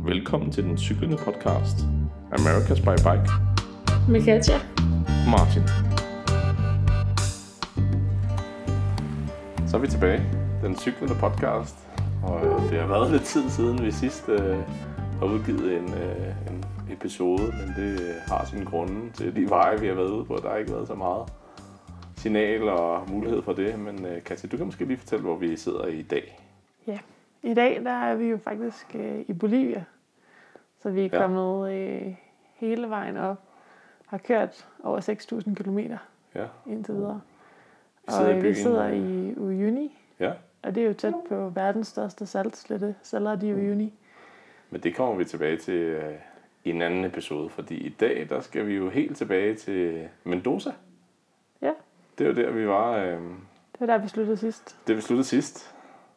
Velkommen til den cyklende podcast, America's by Bike. Med Katja. Martin. Så er vi tilbage, den cyklende podcast. Og det har været lidt tid siden vi sidst har udgivet en episode, men det har sine grunde til de veje, vi har været ude på. Der har ikke været så meget signal og mulighed for det, men Katja, du kan måske lige fortælle, hvor vi sidder i dag. Ja, i dag der er vi jo faktisk i Bolivia, så vi er kommet hele vejen op, har kørt over 6.000 kilometer indtil videre. Vi sidder i Uyuni, og det er jo tæt på verdens største saltslette, Salar de Uyuni. Men det kommer vi tilbage til i en anden episode, fordi i dag der skal vi jo helt tilbage til Mendoza. Ja. Det var der, vi var. Det var der, vi sluttede sidst. Det vi sluttede sidst.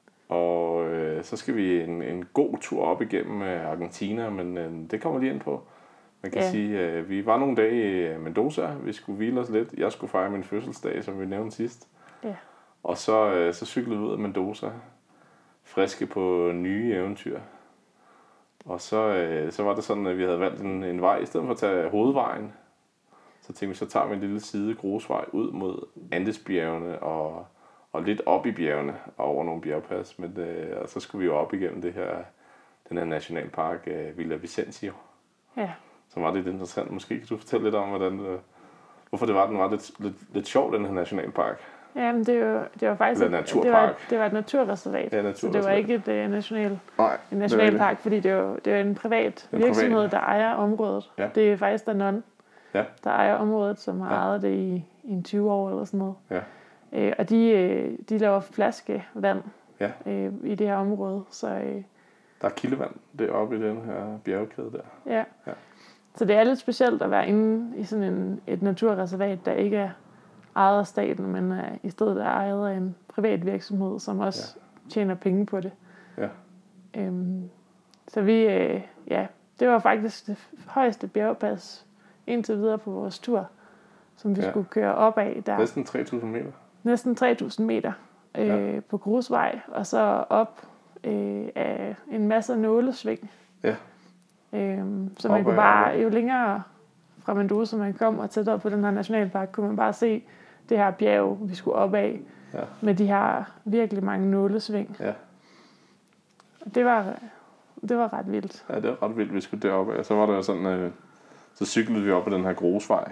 Og så skal vi en god tur op igennem Argentina, men det kommer lige ind på. Man kan sige, vi var nogle dage i Mendoza, vi skulle hvile os lidt. Jeg skulle fejre min fødselsdag, som vi nævnte sidst. Ja. Og så cyklede vi ud af Mendoza, friske på nye eventyr. Og så var det sådan, at vi havde valgt en vej, i stedet for at tage hovedvejen. Så tænkte vi, så tager vi en lille side grusvej ud mod Andesbjergene og lidt op i bjergene over nogle bjergpas. Men og så skulle vi jo op igennem den her nationalpark Villa Vicencio. Ja. Så var det lidt interessant. Måske kan du fortælle lidt om, hvorfor den var lidt sjov, den her nationalpark. Ja, men det var faktisk det var et naturreservat. Ja, så det var ikke en nationalpark, fordi det var en privat virksomhed, der ejer området. Ja. Det er faktisk Danone, der ejer området, som har ejet det i 20 år eller sådan noget. Ja. Og de laver flaskevand i det her område. Så, der er kildevand deroppe i den her bjergkæde der. Ja. Så det er lidt specielt at være inde i sådan et naturreservat, der ikke er ejet af staten, men i stedet er ejet af en privat virksomhed, som også tjener penge på det. Ja. Så det var faktisk det højeste bjergpas indtil videre på vores tur, som vi skulle køre op af. Der. Næsten 3.000 meter. Næsten 3.000 meter på grusvej, og så op af en masse nålesving. Ja. Så man kunne bare, jo længere fra Mendoza man kom og tættere på den her nationalpark, kunne man bare se det her bjerg, vi skulle op af, med de her virkelig mange nålesving. Ja. Det var ret vildt. Ja, det var ret vildt, vi skulle deroppe. Og så var der sådan, så cyklede vi op ad den her grusvej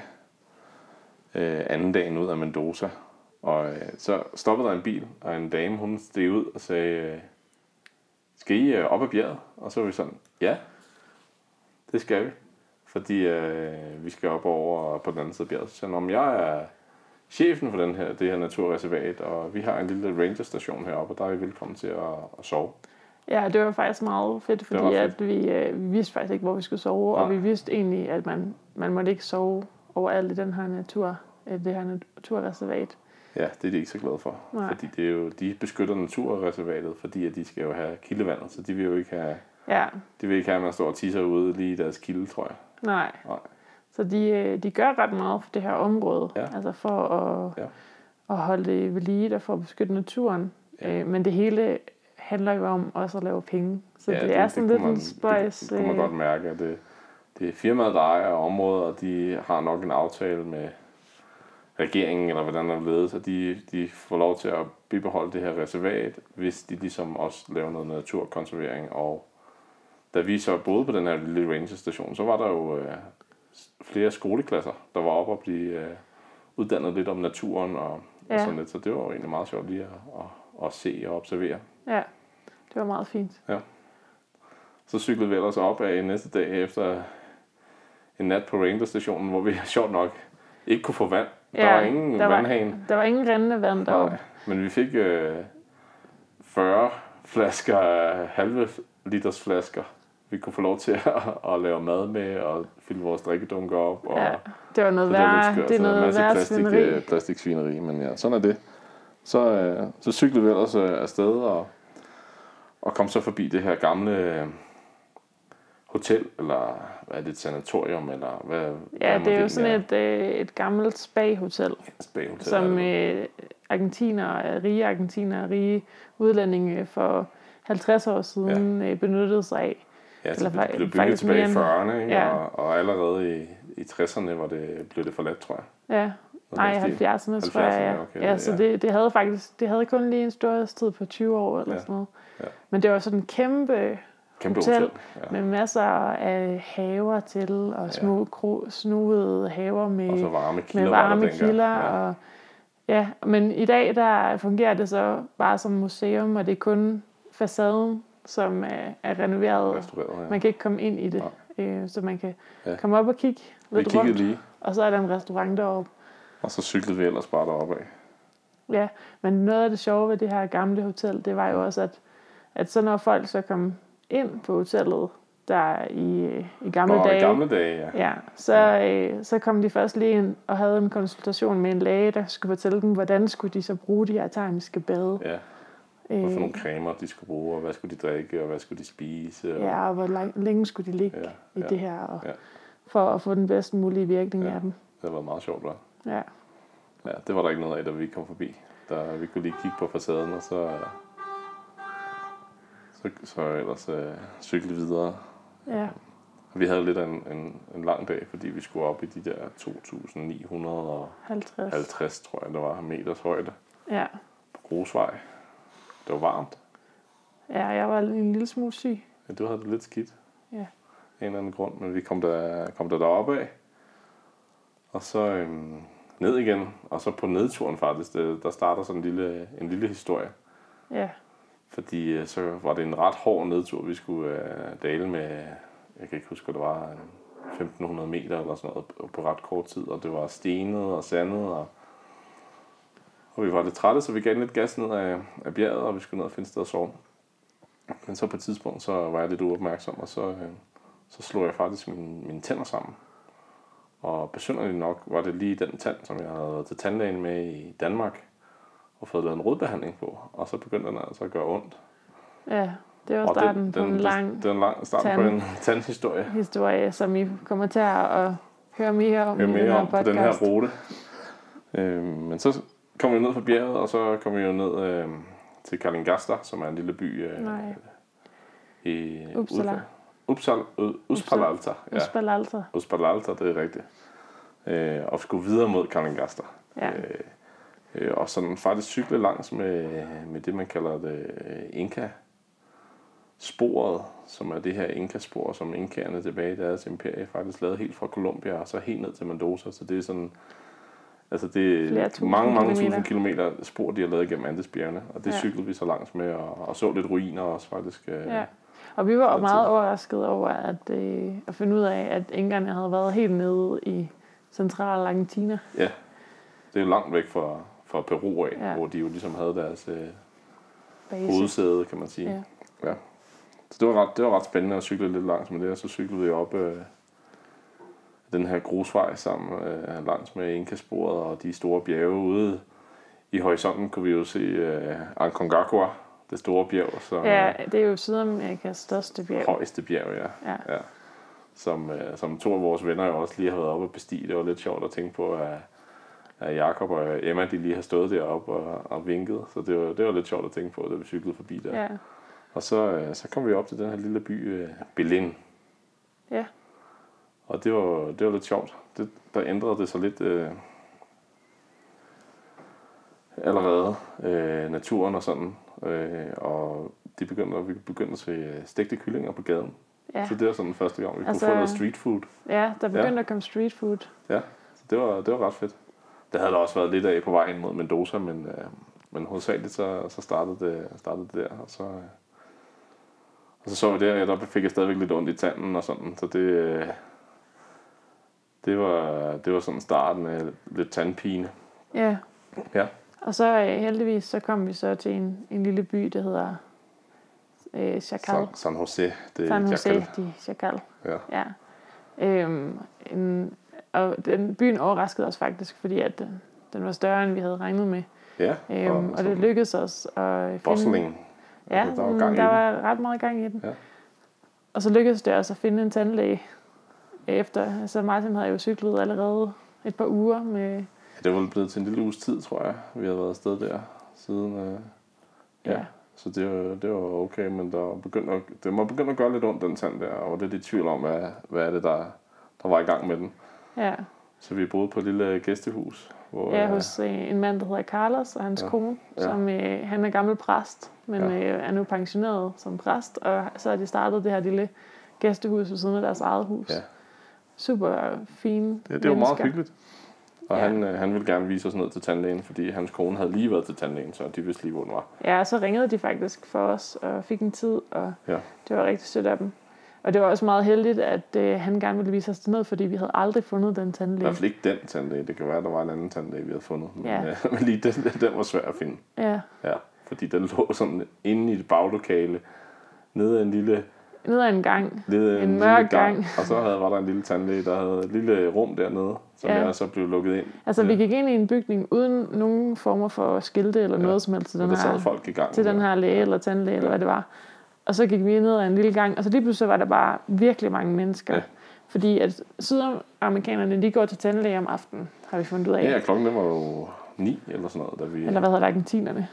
anden dagen ud af Mendoza. Og så stoppede der en bil, og en dame, hun steg ud og sagde, skal I op ad bjerget? Og så var vi sådan, ja, det skal vi. Fordi vi skal op over på den anden side af bjerget. Så jeg er chefen for det her naturreservat, og vi har en lille rangerstation heroppe, og der er I velkommen til at sove. Ja, det var faktisk meget fedt, fordi at vi vidste faktisk ikke, hvor vi skulle sove, og vi vidste egentlig, at man måtte ikke sove overalt i det her naturreservat. Ja, det er de ikke så glade for. Nej. Fordi det er jo, de beskytter naturreservatet, fordi at de skal jo have kildevandet, så de vil jo ikke have, de vil ikke have, at man står og tisser ude lige i deres kilde, tror jeg. Nej. Så de gør ret meget for det her område, altså for at holde det ved lige og for at beskytte naturen. Ja. Men det hele handler jo om også at lave penge. Så det er sådan lidt en spøjs. Det kunne man godt mærke, at det er firmaet, der ejer området, og de har nok en aftale med regeringen, eller hvordan der ledes, så de får lov til at bibeholde det her reservat, hvis de ligesom også laver noget naturkonservering. Og da vi så boede på den her lille rangerstation, så var der jo flere skoleklasser, der var oppe og blive uddannet lidt om naturen og sådan lidt. Så det var jo egentlig meget sjovt lige at se og observere. Ja, det var meget fint. Ja. Så cyklede vi ellers op af næste dag efter en nat på rangerstationen, hvor vi sjovt nok ikke kunne få vand. Der var ingen vandhane. Der var ingen rindende vand deroppe. Nej, men vi fik 40 flasker, halve liters flasker. Vi kunne få lov til at lave mad med og fylde vores drikkedunker op. Og det var noget værre. Det er noget værre plastiksvineri, men ja, sådan er det. Så cyklede vi ellers afsted og kom så forbi det her gamle hotel, eller hvad er det, et sanatorium, eller hvad? Ja, det er jo sådan et gammelt spa-hotel, som rige argentiner, rige udlændinge for 50 år siden benyttede sig af. Ja, så det blev bygget tilbage i 40'erne, ikke? Ja. Og allerede i 60'erne blev det forladt, tror jeg. Ja, nej, i 70'erne tror jeg, ja. Ja, så det havde kun lige en storhedstid på 20 år eller sådan noget. Ja. Men det var sådan en kæmpe hotel med masser af haver til, og små snuvede haver med varme kilder. Og, ja, men i dag der fungerer det så bare som museum, og det er kun facaden, som er renoveret. Man kan ikke komme ind i det, så man kan komme op og kigge lidt rundt. Lige. Og så er der en restaurant deroppe. Og så cyklede vi ellers bare deroppe af. Ja, men noget af det sjove ved det her gamle hotel, det var jo også, at så når folk så kom ind på hotellet, der i gamle dage, ja, så kom de først lige ind og havde en konsultation med en læge, der skulle fortælle dem, hvordan skulle de så bruge de her termiske bade. Ja. Hvad for nogle cremer de skulle bruge, og hvad skulle de drikke, og hvad skulle de spise. Ja, og hvor længe skulle de ligge i det her, og for at få den bedst mulige virkning af dem. Det var meget sjovt, hva'? Ja. Ja, det var der ikke noget af, da vi kom forbi. Vi kunne lige kigge på facaden, og så ellers cykle videre. Ja. Vi havde lidt af en lang dag, fordi vi skulle op i de der 2.950, tror jeg, der var meters højde. Ja. På Grusvej. Det var varmt. Ja, jeg var en lille smule syg. Ja, du havde det lidt skidt. Ja. En eller anden grund, men vi kom der deroppe af. Og så ned igen, og så på nedturen faktisk, der starter sådan en lille historie. Ja. Fordi så var det en ret hård nedtur, vi skulle dale med, jeg kan ikke huske, hvad det var, 1.500 meter eller sådan noget på ret kort tid, og det var stenet og sandet, og vi var lidt trætte, så vi gav lidt gas ned af bjerget, og vi skulle ned og finde et sted at sove. Men så på et tidspunkt, så var jeg lidt uopmærksom, og så slog jeg faktisk mine tænder sammen. Og besynderligt nok var det lige den tand, som jeg havde været til tandlægen med i Danmark, og fået lavet en rodbehandling på, og så begyndte den altså at gøre ondt. Ja, det var starten på en lang på en tandhistorie. Historie, som I kommer til at høre mere om i den her podcast. På den her rute. Men så kom vi ned fra bjerget, og så kom vi jo ned til Kallingasta, som er en lille by i Uppsala. Uspalalta. Ja. Uspalalta, det er rigtigt. Og skulle videre mod Kallingasta. Ja. Og sådan faktisk cykle langs med det, man kalder det Inka-sporet, som er det her Inka-spor, som inkaerne tilbage i deres imperie faktisk lavede helt fra Colombia og så helt ned til Mendoza. Så det er sådan, altså det er mange tusind kilometer spor, de har lavet gennem Andesbjergene, og det cyklede vi så langs med, og så lidt ruiner også faktisk. Ja. Og vi var meget overrasket over at finde ud af, at inkerne havde været helt nede i central Argentina. Ja, det er jo langt væk fra Peru af, hvor de jo ligesom havde deres hovedsæde, kan man sige. Ja. Så det var ret spændende at cykle lidt langs med det, og så cyklede vi op den her grusvej sammen langs med Inka-sporet og de store bjerge ude i horisonten kunne vi jo se Aconcagua, det store bjerg. Som, det er jo Sydamerikas største bjerg. Højeste bjerg, ja. Som to af vores venner jo også lige har været oppe og bestige. Det var lidt sjovt at tænke på, at Jakob og Emma, de lige har stået deroppe og vinket. Så det var lidt sjovt at tænke på, da vi cyklede forbi der. Ja. Og så kom vi op til den her lille by, Belén. Ja. Og det var lidt sjovt. Der ændrede det så lidt allerede, naturen og sådan. Og vi begyndte at se stegte kyllinger på gaden. Ja. Så det var sådan den første gang, vi kunne få noget street food. Ja, der begyndte at komme street food. Ja, så det var ret fedt. Det havde der også været lidt af på vej ind mod Mendoza, men hovedsageligt så startede det der. Og så vi der, der fik jeg stadigvæk lidt ondt i tanden og sådan, så det var sådan starten af lidt tandpine. Ja. Og så heldigvis så kom vi så til en lille by, der hedder Chacal. San Jose de Chacal. Ja. Og den byen overraskede os faktisk, fordi at den var større, end vi havde regnet med. Ja. Og det lykkedes os at finde... Ja, der var ret meget gang i den. Ja. Og så lykkedes det også at finde en tandlæge efter. Altså Martin havde jo cyklet allerede et par uger med... Det var blevet til en lille uges tid, tror jeg. Vi havde været afsted der siden. Så det var okay, men det må begynde at gøre lidt ondt, den tand der, og det er lidt i tvivl om, hvad er det, der var i gang med den. Ja. Så vi boede på et lille gæstehus. Hvor, hos en mand, der hedder Carlos, og hans kone, som han er gammel præst, men er nu pensioneret som præst, og så har de startet det her lille gæstehus ved siden af deres eget hus. Ja. Super fine det var meget hyggeligt. Og han ville gerne vise os ned til tandlægen, fordi hans kone havde lige været til tandlægen, så de vidste lige, hvor den var. Ja, så ringede de faktisk for os og fik en tid, og det var rigtig sødt af dem. Og det var også meget heldigt, at han gerne ville vise os ned, fordi vi havde aldrig fundet den tandlæge. I hvert fald ikke den tandlæge. Det kan være, at der var en anden tandlæge, vi havde fundet. Men lige den var svær at finde. Ja. Fordi den lå sådan inde i et baglokale, nede af en gang. En mørk gang. Og så var der en lille tandlæge, der havde et lille rum dernede, som jeg så blev lukket ind. Altså, vi gik ind i en bygning uden nogen former for skilte eller noget som helst til den her, folk i gang til den her læge eller tandlæge, eller hvad det var. Og så gik vi ned ad en lille gang, og så lige pludselig var der bare virkelig mange mennesker. Ja. Fordi at sydamerikanerne, de går til tandlæge om aftenen, har vi fundet ud af. Ja, klokken var jo 9 eller sådan noget. Eller hvad hedder det, argentinerne?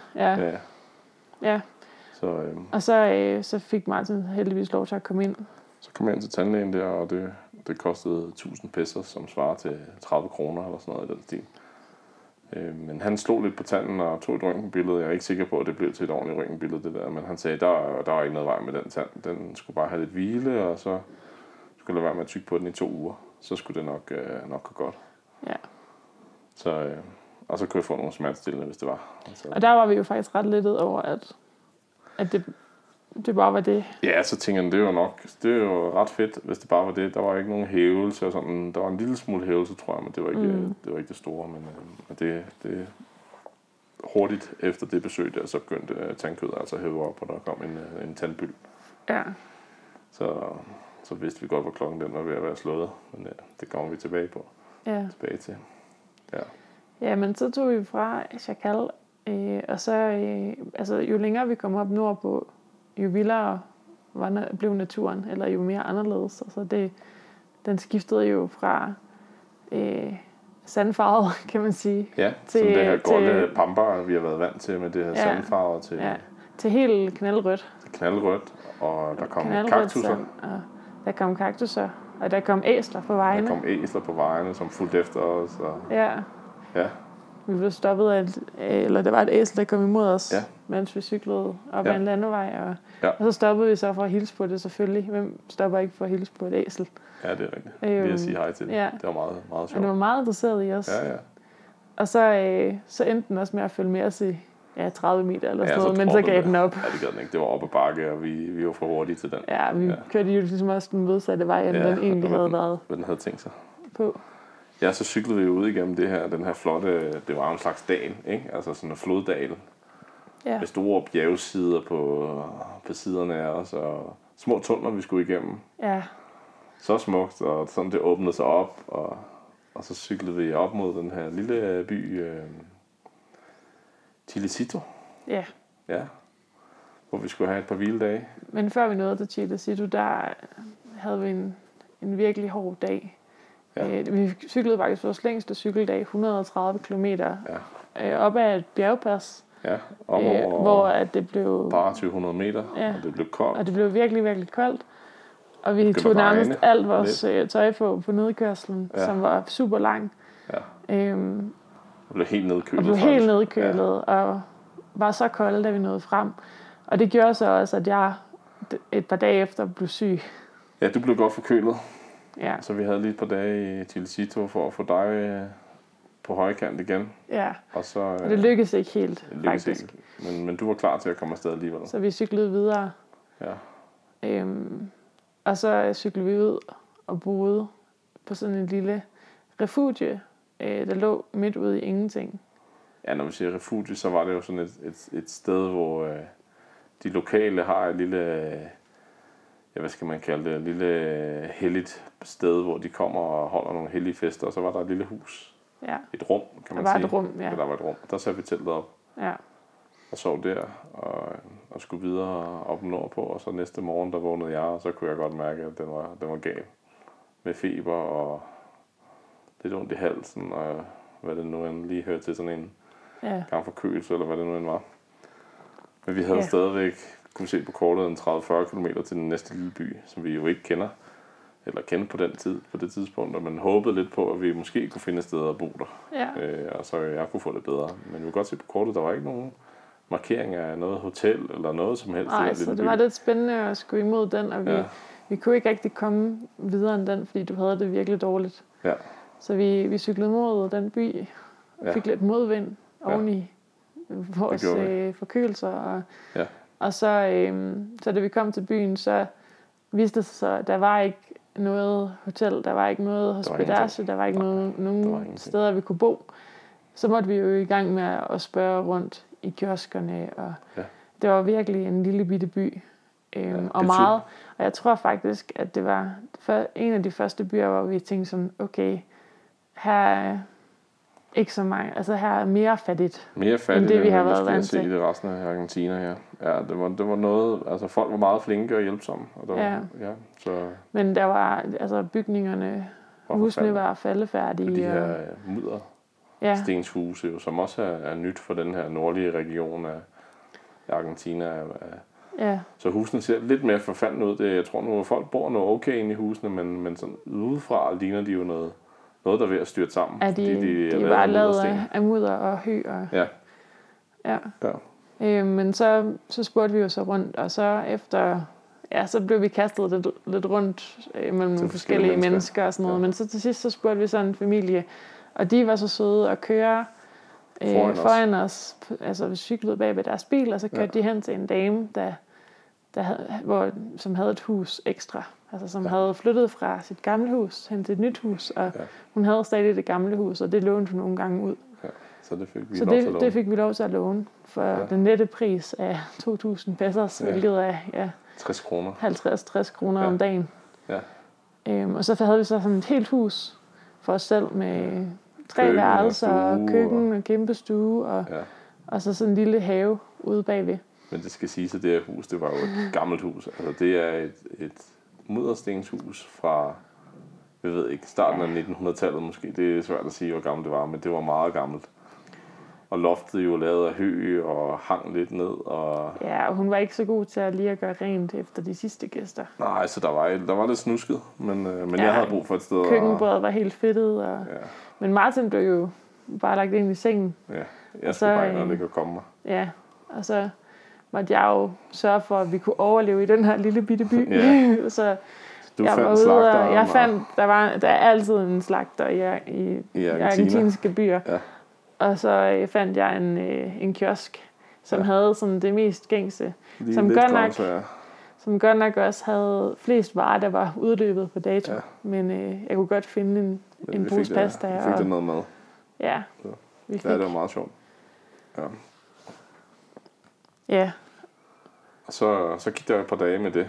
Ja. Og så fik Martin heldigvis lov til at komme ind. Så kom jeg ind til tandlægen der, og det kostede 1000 pesos, som svarer til 30 kroner eller sådan noget i den stil. Men han slog lidt på tanden og tog et røntgenbillede. Jeg er ikke sikker på, at det blev til et ordentligt røntgenbillede, det der. Men han sagde, der var ikke noget vej med den tand. Den skulle bare have lidt hvile, og så skulle lade være med at tygge på den i 2 uger. Så skulle det nok gå godt. Ja. Så, og så kunne jeg få nogle smertestillende, hvis det var. Og der var vi jo faktisk ret lettet over, at det bare var det. Ja, så tænker jeg, det er jo ret fedt, hvis det bare var det. Der var ikke nogen hævelse og sådan. Der var en lille smule hævelse, tror jeg, men det var ikke det store. Men det hurtigt efter det besøg der, så begyndte tandkødet altså at hæve op, og der kom en tandbyld. Ja. Så vidste vi godt, hvor klokken den var ved at være slået. Men det kommer vi tilbage til. Ja. Ja, men så tog vi fra Chacal, og så altså, jo længere vi kom op nordpå, jo vildere blev naturen, eller jo mere anderledes. Altså den skiftede jo fra sandfarvet, kan man sige. Ja, til det her golde pamper, vi har været vant til med det her sandfarver. Til helt knaldrødt. Knaldrødt, og der kom kaktusser. Der kom kaktusser, og der kom æsler på vejene. Der kom æsler på vejene, som fulgte efter os. Og ja. Vi blev stoppet af eller der var et æsel, der kom imod os, mens vi cyklede op ad en landevej. Og så stoppede vi så for at hilse på det selvfølgelig. Hvem stopper ikke for at hilse på et æsel? Ja, det er rigtigt. Lige at sige hej til det. Ja. Det var meget, meget sjovt. Og det var meget interesseret i os. Ja. Og så endte den også med at følge med os i 30 meter eller sådan noget, men så gav den op. Ja, det gav den ikke. Det var op ad bakke, og vi var for hurtige til den. Ja, vi kørte jo ligesom også den modsatte vej, end den egentlig havde været. Hvad den havde tænkt sig. På. Ja, så cyklede vi ud igennem den her flotte, det var en slags dal, ikke? Altså sådan en floddal. Ja. Med store bjergsider på siderne af os, og små tunneler, vi skulle igennem. Ja. Så smukt, og sådan det åbnede sig op, og så cyklede vi op mod den her lille by, Chilecito. Ja. Ja. Hvor vi skulle have et par hviledage. Men før vi nåede til Chilecito, der havde vi en virkelig hård dag. Ja. Vi cyklede faktisk vores længste cykeldag, 130 kilometer, op ad et bjergpas. Ja, hvor at det blev bare 200 meter, og det blev koldt. Og det blev virkelig, virkelig koldt. Og vi tog nærmest alt vores tøj på nedkørslen, som var super lang. Ja. Og blev helt nedkølet. Og var så kolde, da vi nåede frem. Og det gjorde så også, at jeg et par dage efter blev syg. Ja, du blev godt forkølet. Ja. Så vi havde lige et par dage i Chilecito for at få dig på højkant igen. Ja, og det lykkedes ikke helt, faktisk. Ikke. Men du var klar til at komme afsted alligevel. Så vi cyklede videre. Ja. Og så cyklede vi ud og boede på sådan en lille refugie, der lå midt ude i ingenting. Ja, når vi siger refugie, så var det jo sådan et sted, hvor de lokale har et lille, hvad skal man kalde det, et lille helligt sted, hvor de kommer og holder nogle hellige fester, og så var der et lille hus. Ja. Et rum, kan man sige. Der var et rum, ja. Der var et rum. Der satte vi teltet op. Ja. Og sov der, og skulle videre op nordpå, og så næste morgen, der vågnede jeg, og så kunne jeg godt mærke, at den var gal. Med feber og lidt ondt i halsen, og hvad det nu end lige hørte til sådan en gang forkølelse, eller hvad det nu end var. Men vi havde stadigvæk, kunne se på kortet, en 30-40 km til den næste lille by, som vi jo ikke kender. Eller kendte på det tidspunkt, og man håbede lidt på, at vi måske kunne finde et sted at bo der. Ja. Og så jeg kunne få det bedre. Men vi kunne godt se på kortet, der var ikke nogen markering af noget hotel eller noget som helst. Nej, så det var lidt spændende at skulle imod den, og vi kunne ikke rigtig komme videre end den, fordi du havde det virkelig dårligt. Ja. Så vi cyklede mod den by, og fik lidt modvind oven i vores forkølelser. Og så da vi kom til byen, så viste det sig, at der var ikke noget hotel, der var ikke noget hospitage, der var ikke nogen steder, vi kunne bo. Så måtte vi jo i gang med at spørge rundt i kioskerne, og det var virkelig en lille bitte by. Og jeg tror faktisk, at det var en af de første byer, hvor vi tænkte sådan, okay, her er ikke så mange, altså her er mere fattigt, end det vi har været vant til. I det resten af Argentina, ja. Det var noget, altså folk var meget flinke og hjælpsomme. Og der var, så men der var, altså bygningerne, husene var faldefærdige. Og de her mudderstenshuse, som også er nyt for den her nordlige region af Argentina. Så husene ser lidt mere forfaldne ud. Jeg tror nu, at folk bor noget okay inde i husene, men sådan udefra ligner de jo noget, der er ved at styrte sammen. Ja, de var lavet af mudder og hø. Men så spurgte vi jo så rundt, og så efter, så blev vi kastet lidt rundt mellem nogle forskellige mennesker og sådan noget. Men så til sidst, så spurgte vi sådan en familie, og de var så søde at køre foran os. Altså vi cyklede bag ved deres bil, og så kørte de hen til en dame, som havde et hus ekstra. Altså som havde flyttet fra sit gamle hus hen til et nyt hus, og hun havde stadig det gamle hus, og det lånte hun nogle gange ud. Så det fik vi lov til at låne for den nette pris af 2.000 pesos, hvilket er 60 kroner. 50-60 kroner om dagen. Og så havde vi så sådan et helt hus for os selv med 3 værelser og køkken og kæmpe stue og så sådan en lille have ude bagved. Men det skal siges, at det her hus, det var jo et gammelt hus. Altså det er et mudderstenshus fra, jeg ved ikke, starten af 1900-tallet måske. Det er svært at sige, hvor gammelt det var, men det var meget gammelt. Og loftet jo lavet af hø og hang lidt ned. Og hun var ikke så god til at lige at gøre rent efter de sidste gæster. Nej, så der var lidt snusket, men jeg havde brug for et sted. Køkkenbordet var helt fedtet. Men Martin blev jo bare lagt ind i sengen. Ja, jeg skulle bare ind og ligge og komme mig. Ja, og så måtte jeg jo sørge for, at vi kunne overleve i den her lille bitte by. Så du fandt slagteren? Jeg fandt, der er altid en slagter i argentinske byer. Ja. Og så fandt jeg en kiosk, som havde sådan det mest gængse. Som godt nok også havde flest varer, der var udløbet på dato. Ja. Men jeg kunne godt finde en pose pasta. Vi fik der noget mad. Ja. Det var meget sjovt. Ja. Og så gik der et par dage med det.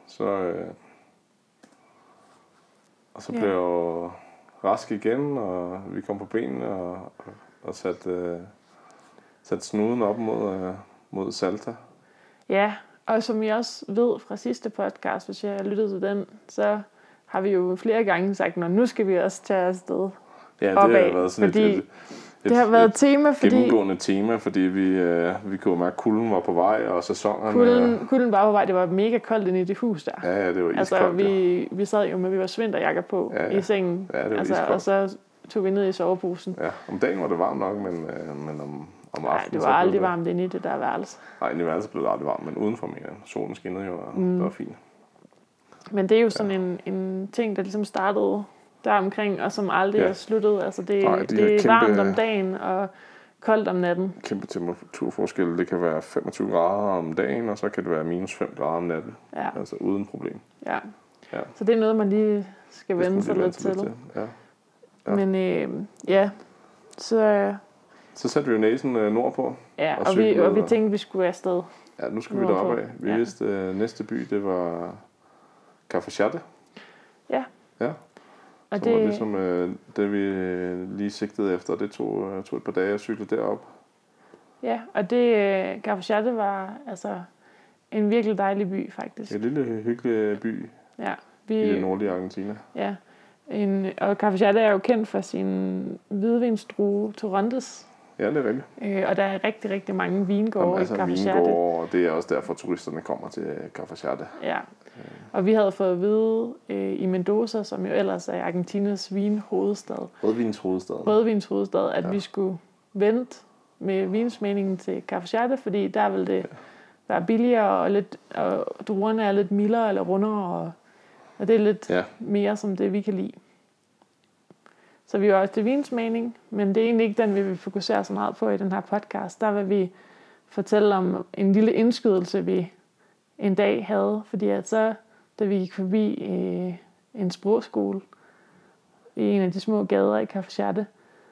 Så blev jeg rask igen, og vi kom på benene og satte snuden op mod Salta. Ja, og som jeg også ved fra sidste podcast, hvis jeg har lyttet til den, så har vi jo flere gange sagt, nu skal vi også tage afsted. Ja, det har været sådan det har været et tema, fordi gennemgående tema, fordi vi kunne mærke, at kulden var på vej, og sæsonerne. Kulden var på vej. Det var mega koldt inde i det hus der. Ja, det var iskoldt. Altså, vi sad jo med vores vinterjakker på i sengen. Ja, det var iskoldt. Og så tog vi ned i soveposen. Ja, om dagen var det varmt nok, men om aftenen... Nej, det var aldrig varmt inde i det der værelse. Nej, inde i værelset blev det aldrig varmt, men udenfor mere. Solen skinnede jo, og det var fint. Men det er jo sådan en ting, der ligesom startede der omkring, og som aldrig er sluttet. Altså det er varmt om dagen og koldt om natten. Kæmpe temperaturforskel. Det kan være 25 grader om dagen, og så kan det være minus 5 grader om natten. Ja. Altså uden problem. Ja. Så det er noget, man lige skal vende sig lidt til. Ja. Men så satte vi jo næsen nordpå. Ja, og vi tænkte, vi skulle afsted. Ja, nu skulle vi deroppe af. Vi vidste, næste by, det var Cafayate. Ja. Ja. Og så det var ligesom det, vi lige sigtede efter. Det tog et par dage at cykle derop. Ja, og Cafayate var altså en virkelig dejlig by, faktisk. En lille hyggelig by i det nordlige Argentina. Ja, og Cafayate er jo kendt for sin hvidvinsdrue Torrontés. Ja, det er rigtigt. Og der er rigtig, rigtig mange vingårde i Cafayate. Og det er også derfor, turisterne kommer til Cafayate. Ja, og vi havde fået at vide i Mendoza, som jo ellers er Argentinas vinhovedstad. Rødvins hovedstad, at vi skulle vente med vinsmagningen til Cafayate, fordi der vil det være billigere, og druerne er lidt mildere eller rundere, og det er lidt mere som det, vi kan lide. Så vi var også til vinsmagning, men det er egentlig ikke den, vi vil fokusere så meget på i den her podcast. Der vil vi fortælle om en lille indskydelse, vi en dag havde, fordi at så, da vi gik forbi en sprogskole i en af de små gader i Cafayate,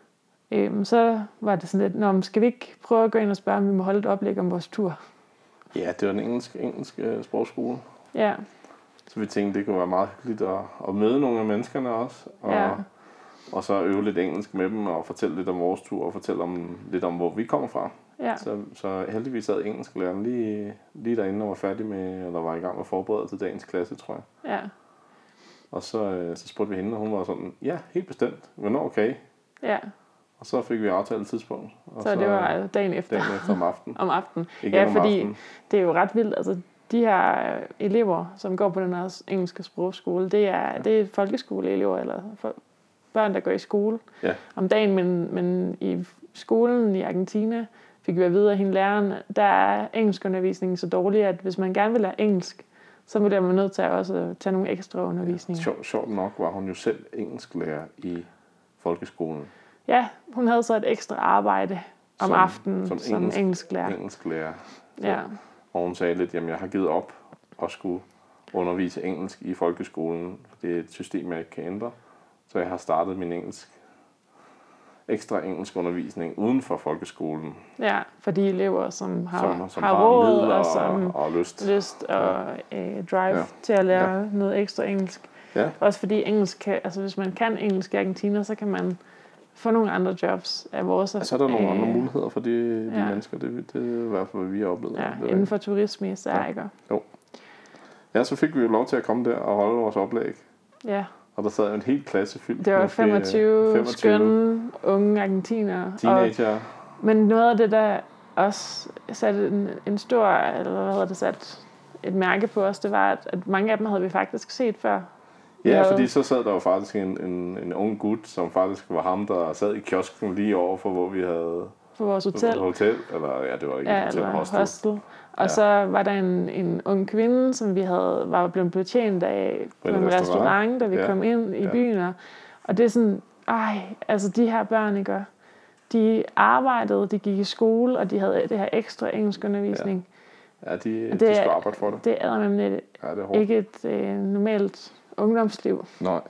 så var det sådan lidt, skal vi ikke prøve at gå ind og spørge, om vi må holde et oplæg om vores tur? Ja, det var en engelsk sprogskole. Ja. Så vi tænkte, det kunne være meget hyggeligt at møde nogle af menneskerne også, og så øve lidt engelsk med dem, og fortælle lidt om vores tur, og fortælle lidt om, hvor vi kommer fra. Ja. Så heldigvis sad engelsklæreren lige derinde og var færdig med, eller var i gang med at forberede til dagens klasse, tror jeg. Ja. Og så spurgte vi hende, og hun var sådan, ja, helt bestemt. Hvornår okay? Ja. Og så fik vi aftalt et tidspunkt. Og så det var dagen efter. Dagen efter om aftenen. Om aftenen. Ja, fordi aftenen. Det er jo ret vildt. Altså, de her elever, som går på den her engelske sprogskole, det er folkeskoleelever, eller børn, der går i skole om dagen, men i skolen i Argentina fik vi at vide af hende læreren, der er engelskundervisningen så dårlig, at hvis man gerne vil lære engelsk, så bliver man nødt til at også tage nogle ekstra undervisninger. Sjovt nok var hun jo selv engelsklærer i folkeskolen. Ja, hun havde så et ekstra arbejde om aftenen som engelsklærer. Ja. Og hun sagde lidt, jamen jeg har givet op og skulle undervise engelsk i folkeskolen. Det er et system, jeg ikke kan ændre. Så jeg har startet min ekstra engelsk undervisning uden for folkeskolen. Ja, for de elever, som har råd og som og lyst og drive til at lære noget ekstra engelsk. Ja. Også fordi engelsk hvis man kan engelsk i Argentina, så kan man få nogle andre jobs af vores. Så er der nogle andre muligheder for de mennesker. Det er i hvert fald, hvad vi har oplevet. Ja, inden for turisme især, ikke? Jo. Ja, så fik vi jo lov til at komme der og holde vores oplæg. Ja. Og der sad en helt klasse fyldt. Det var 25 skønne unge argentinere. Teenager. Men noget af det, der også satte sat et mærke på os, det var, at mange af dem havde vi faktisk set før. Fordi så sad der jo faktisk en ung gut, som faktisk var ham, der sad i kiosken lige over for, hvor vi havde... På vores hotel. Eller det var ikke et hotel, hostel. Og så var der en ung kvinde, som vi var blevet betjent af på en restaurant, da vi kom ind i byen. Og det er sådan, de her børn, ikke? De arbejdede, de gik i skole, og de havde det her ekstra engelskundervisning. Ja, de skulle arbejde for det. Det er nemlig ikke et normalt ungdomsliv. Nej.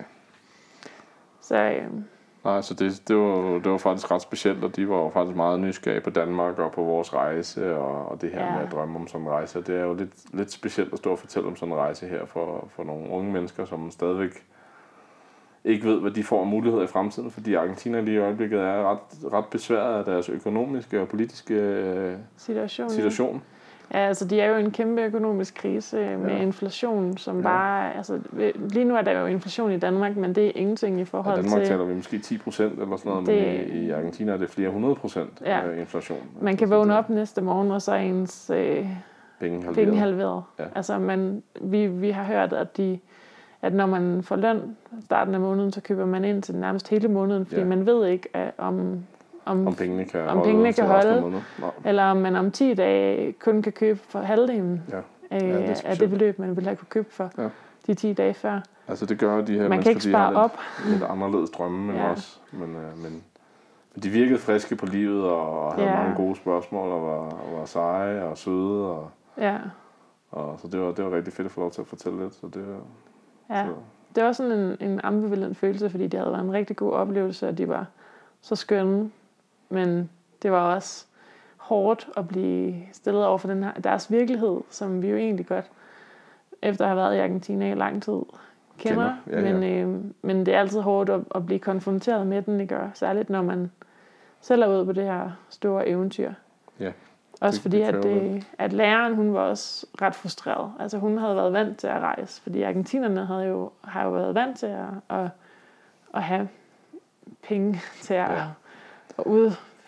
Så det var faktisk ret specielt, og de var jo faktisk meget nysgerrige på Danmark og på vores rejse, og det her med at drømme om sådan en rejse. Det er jo lidt specielt at stå og fortælle om sådan en rejse her for nogle unge mennesker, som stadigvæk ikke ved, hvad de får af muligheder i fremtiden, fordi Argentina lige i øjeblikket er ret besværet af deres økonomiske og politiske situation. Ja, altså de er jo i en kæmpe økonomisk krise med inflation, som bare... Altså, lige nu er der jo inflation i Danmark, men det er ingenting i forhold til... I Danmark taler vi måske 10% eller sådan noget, men i Argentina er det flere 100% inflation. Man kan vågne op næste morgen, og så er ens penge halveret. Ja. Altså, vi har hørt, at når man får løn starten af måneden, så køber man ind til nærmest hele måneden, fordi man ved ikke, om pengene kan holde, eller om man om 10 dage kun kan købe for halvdelen af det beløb, man ville have kunne købe for de 10 dage før. Altså det gør de her mennesker, de har lidt anderledes drømme end os, men de virkede friske på livet og havde mange gode spørgsmål og var seje og søde og så det var rigtig fedt at få lov til at fortælle lidt. Så det det var sådan en ambivalent følelse, fordi det havde været en rigtig god oplevelse, og de var så skønne. Men det var også hårdt at blive stillet over for deres virkelighed, som vi jo egentlig godt, efter at have været i Argentina i lang tid, kender. Men det er altid hårdt at blive konfronteret med den, ikke? Særligt når man selv er ude på det her store eventyr. Ja. Også fordi, at læreren, hun var også ret frustreret. Altså hun havde været vant til at rejse, fordi argentinerne har jo været vant til at have penge til at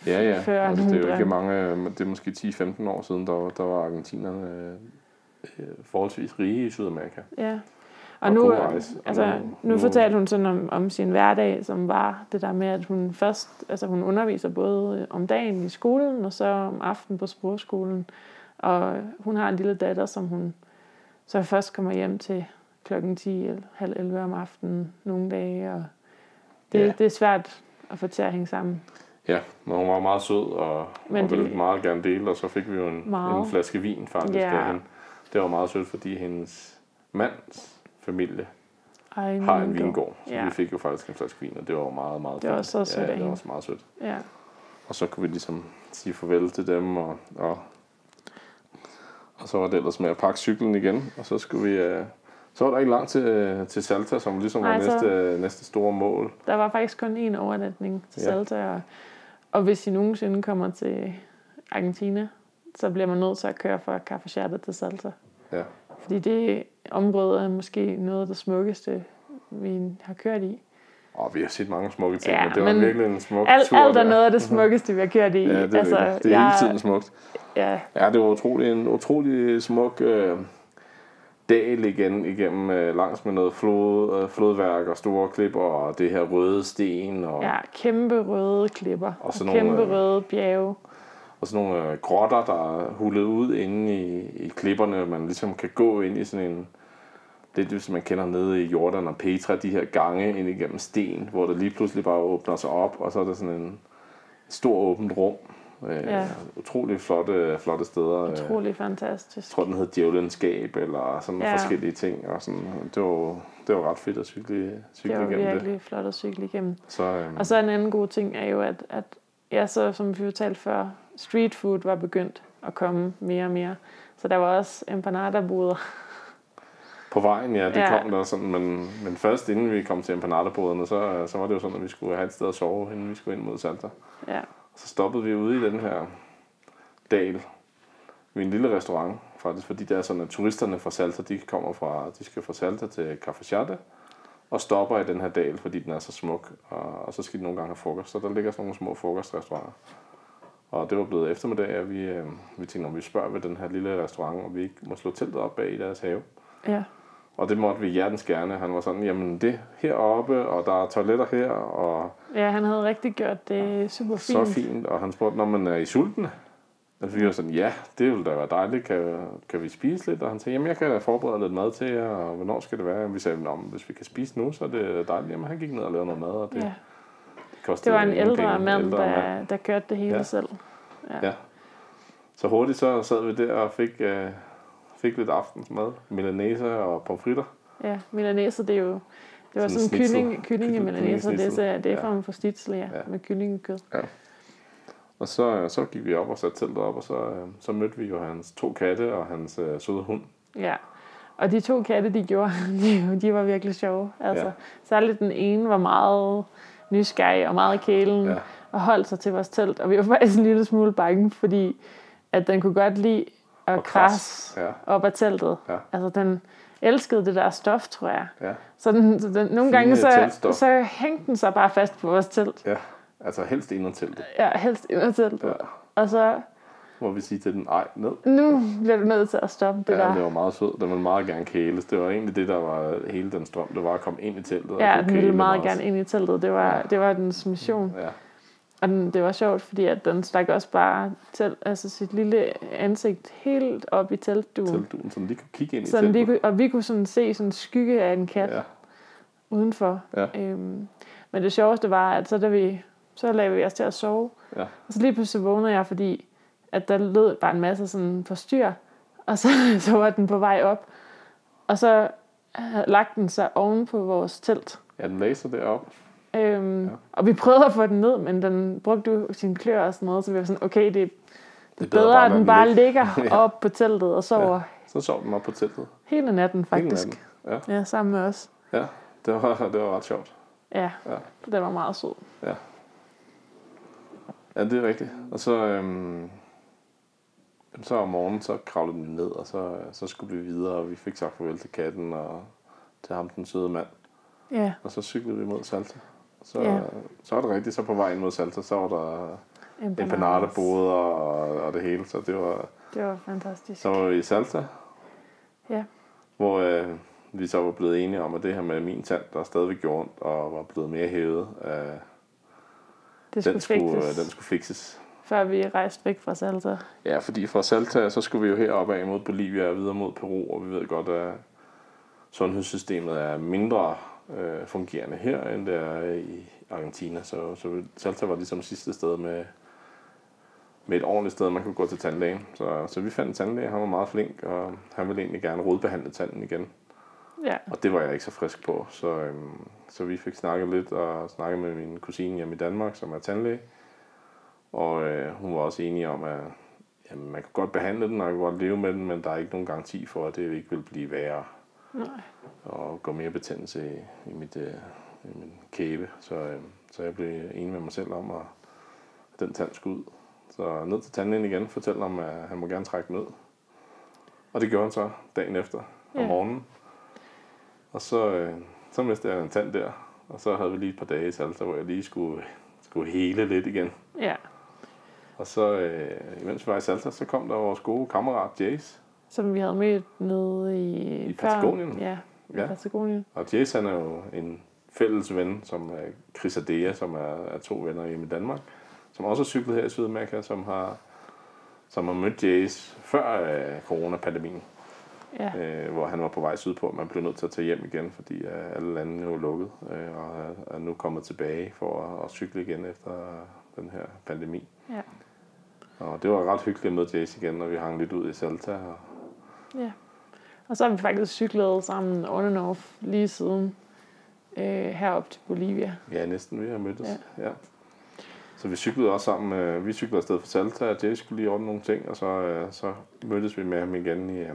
Ja. før Og nogen det er jo ikke drøm. mange, det er måske 10-15 år siden, der var argentinerne forholdsvis rige i Sydamerika. Ja. Og nu, rejse. Nu fortalte hun sådan om sin hverdag, som var det der med, at hun først, altså hun underviser både om dagen i skolen, og så om aftenen på sprogskolen. Og hun har en lille datter, som hun så først kommer hjem til klokken 10 eller halv 11 om aftenen nogle dage. Og det er svært at få til at hænge sammen. Ja, men hun var meget sød, og ville meget gerne dele, og så fik vi jo en flaske vin faktisk. Ja. Det var meget sødt, fordi hendes mands familie har en vingård, så vi fik jo faktisk en flaske vin, og det var meget, meget det var fint. Så sødt. Ja, det var også meget sødt. Ja. Og så kunne vi ligesom sige farvel til dem, og så var det ellers med at pakke cyklen igen, og så skulle vi... Så var der ikke langt til Salta, som ligesom var næste store mål. Der var faktisk kun én overnatning til Salta, og hvis I nogensinde kommer til Argentina, så bliver man nødt til at køre fra Cafayate til Salta. Ja. Fordi det område er måske noget af det smukkeste, vi har kørt i. Vi har set mange smukke ting, men det var virkelig en smuk tur. Alt er noget af det smukkeste, vi har kørt i. Ja, det er hele tiden smukt. Ja, det var en utrolig smuk dal igennem langs med noget flodværk og store klipper og det her røde sten. Og, kæmpe røde klipper og kæmpe røde bjerge. Og sådan nogle grotter, der er hullet ud inde i klipperne, man ligesom kan gå ind i sådan en... Det hvis man kender nede i Jordan og Petra, de her gange ind igennem sten, hvor der lige pludselig bare åbner sig op, og så er der sådan en stor åbent rum. Utrolig flotte steder. Utrolig fantastisk. Jeg tror, den hed Djævlenskab, eller sådan forskellige ting. Og sådan, det var ret fedt at cykle igennem det. Det var virkelig flot at cykle igennem. Så, og så en anden god ting er jo, at så som vi fortalte før, street food var begyndt at komme mere og mere. Så der var også empanada-boder. På vejen, det kom der sådan, men først inden vi kom til empanada-boderne, så var det jo sådan, at vi skulle have et sted at sove, inden vi skulle ind mod Salta. Ja. Så stoppede vi ude i den her dal ved en lille restaurant, faktisk, fordi det er sådan, at turisterne fra Salta, de skal fra Salta til Cafayate, og stopper i den her dal, fordi den er så smuk, og så skal de nogle gange have frokost. Så der ligger sådan nogle små frokostrestauranter. Og det var blevet eftermiddag, at vi tænkte, om vi spørger ved den her lille restaurant, og vi ikke må slå teltet op bag i deres have. Ja. Og det måtte vi hjertens gerne. Han var sådan, jamen det heroppe, og der er toiletter her. Og ja, han havde rigtig gjort det super fint. Så fint, og han spurgte, når man er i sulten. Altså vi var sådan, ja, det ville da være dejligt, kan vi spise lidt? Og han sagde, jamen jeg kan da forberede lidt mad til jer, og hvornår skal det være? Og vi sagde, hvis vi kan spise nu, så er det dejligt. Jamen han gik ned og lavede noget mad, og det kostede det var en ældre mand, der kørte det hele selv. Ja. Så hurtigt så sad vi der og fik lidt aftensmad, milanese og pomfritter. Ja, milanese, det var sådan kylling i milanese, det er fra schnitzel, med kyllingekød. Ja. Og så gik vi op og satte teltet op, og så mødte vi jo hans 2 katte og hans søde hund. Ja, og de 2 katte, de var virkelig sjove. Altså, særligt den ene var meget nysgerrig og meget kælen, og holdt sig til vores telt. Og vi var faktisk en lille smule bange, fordi at den kunne godt lide at krasse op af teltet. Ja. Altså, den elskede det der stof, tror jeg. Ja. Så den nogle gange, så hængte den sig bare fast på vores telt. Ja, altså helst ind under teltet. Ja, helst ind under teltet. Ja. Og så må vi sige til den, ej, ned. Nu bliver du nødt til at stoppe det der. Ja, det var meget sød. Den ville meget gerne kæles. Det var egentlig det, der var hele den strøm. Det var at komme ind i teltet. Ja, den ville meget gerne ind i teltet. Det var dens mission. Ja. Og det var sjovt, fordi at den stak også bare sit lille ansigt helt op i teltduen. Så den lige kunne kigge ind i teltet. Og vi kunne sådan se sådan en skygge af en kat udenfor. Ja. Men det sjoveste var, at så lagde vi os til at sove. Ja. Og så lige pludselig vågnede jeg, fordi at der lød bare en masse sådan forstyr. Og så var den på vej op. Og så lagde den sig oven på vores telt. Ja, den lagde sig derop. Og vi prøvede at få den ned, men den brugte jo sine klør og sådan noget, så vi var sådan, okay, det er bedre, at den bare ligger op på teltet og sover. Ja, så sov den op på teltet. Hele natten, faktisk. Hele natten. Ja, sammen med os. Ja, det var ret sjovt. Ja, det var meget sød. Ja, det er rigtigt. Og så om morgenen, så kravlede den ned, og så skulle vi videre, og vi fik sagt farvel til katten og til ham, den søde mand. Ja. Og så cyklede vi mod Salta. Så er det rigtigt, så på vejen mod Salta, så var der empanada-boder og det hele, så det var fantastisk. Så var vi i Salta, ja. Hvor vi så var blevet enige om, at det her med min tand, der stadigvæk gjorde ondt og var blevet mere hævet, den skulle fikses. Før vi rejste væk fra Salta. Ja, fordi fra Salta, så skulle vi jo heroppe af mod Bolivia og videre mod Peru, og vi ved godt, at sundhedssystemet er mindre fungerende her, end det er i Argentina. Så Salta var ligesom sidste sted med et ordentligt sted, man kunne gå til tandlægen. Så vi fandt en tandlæge, han var meget flink, og han ville egentlig gerne rodbehandle tanden igen. Ja. Og det var jeg ikke så frisk på, så vi fik snakket lidt og snakket med min kusine hjemme i Danmark, som er tandlæge. Og hun var også enig om, at jamen, man kan godt behandle den, og man kan godt leve med den, men der er ikke nogen garanti for, at det ikke vil blive værre. Nej. Og gå mere betændelse i min kæbe. Så jeg blev enig med mig selv om, at den tand skulle ud. Så ned til tandlægen igen, fortælle ham, at han må gerne trække den ud. Og det gjorde han så dagen efter om morgenen. Og så mistede jeg en tand der. Og så havde vi lige et par dage i Salta, hvor jeg lige skulle hele lidt igen. Ja. Og så, imens vi var i Salta, så kom der vores gode kammerat Jace. Som vi havde mødt nede i Patagonien. Ja, i Patagonien. Og Jace, han er jo en fælles ven, som er Chris Adea, som er 2 venner hjemme i Danmark. Som også har cyklet her i Sydamerika, som har mødt Jace før coronapandemien. Ja. Hvor han var på vej sydpå, man blev nødt til at tage hjem igen, fordi alle landene var lukket, og er nu kommet tilbage for at cykle igen efter den her pandemi. Ja. Og det var ret hyggeligt at møde Jace igen, når vi hang lidt ud i Salta. Ja. Og så har vi faktisk cyklet sammen on and off lige siden herop til Bolivia. Ja, næsten vi har mødtes. Ja. Så vi cyklede også sammen. Vi cyklede afsted fra Salta, og Jace skulle lige ordne nogle ting, og så mødtes vi med ham igen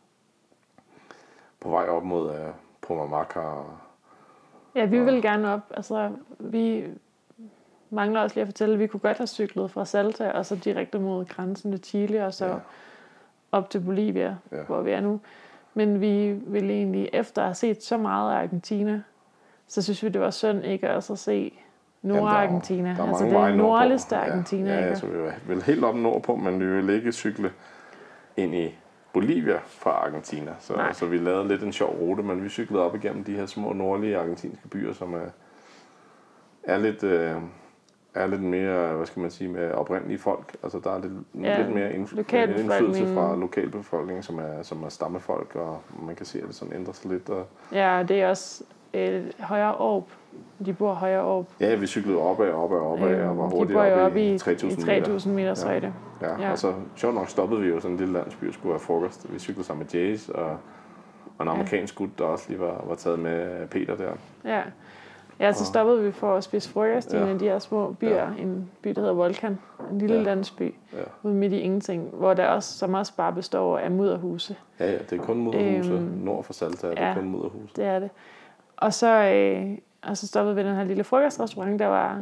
på vej op mod Pumamaca. Ja, vi vil gerne op. Altså, vi mangler også lige at fortælle, at vi kunne godt have cyklet fra Salta, og så direkte mod grænsen til Chile, og så op til Bolivia, hvor vi er nu. Men vi ville egentlig, efter at have set så meget af Argentina, så synes vi, det var synd ikke også at se Nordargentina. Altså det nordligste Argentina. Ja, så vi vil helt op nordpå, men vi vil ikke cykle ind i Bolivia fra Argentina. Så vi lavede lidt en sjov rute, men vi cyklede op igennem de her små nordlige argentinske byer, som er lidt mere, hvad skal man sige, med oprindelige folk. Altså der er lidt mere indflydelse fra lokalbefolkningen, som er stammefolk, og man kan se, at det sådan ændrer sig lidt. Ja, det er også højere op. De bor højere op. Ja, vi cyklede opad og var hurtigt op i 3.000 meters højde. Ja, og så sjovt nok stoppede vi jo sådan en lille landsby og skulle have frokost. Vi cyklede sammen med Jace og en amerikansk gut, der også lige var taget med Peter der. Ja, så stoppede vi for at spise frokost i en af de her små byer. Ja. En by, der hedder Volcan. En lille landsby ude midt i ingenting, hvor der også som også bare består af mudderhuse. Ja, det er kun mudderhuse. Nord for Salta er det kun mudderhuse. Det er det. Og så stoppede vi den her lille frokostrestaurant, der var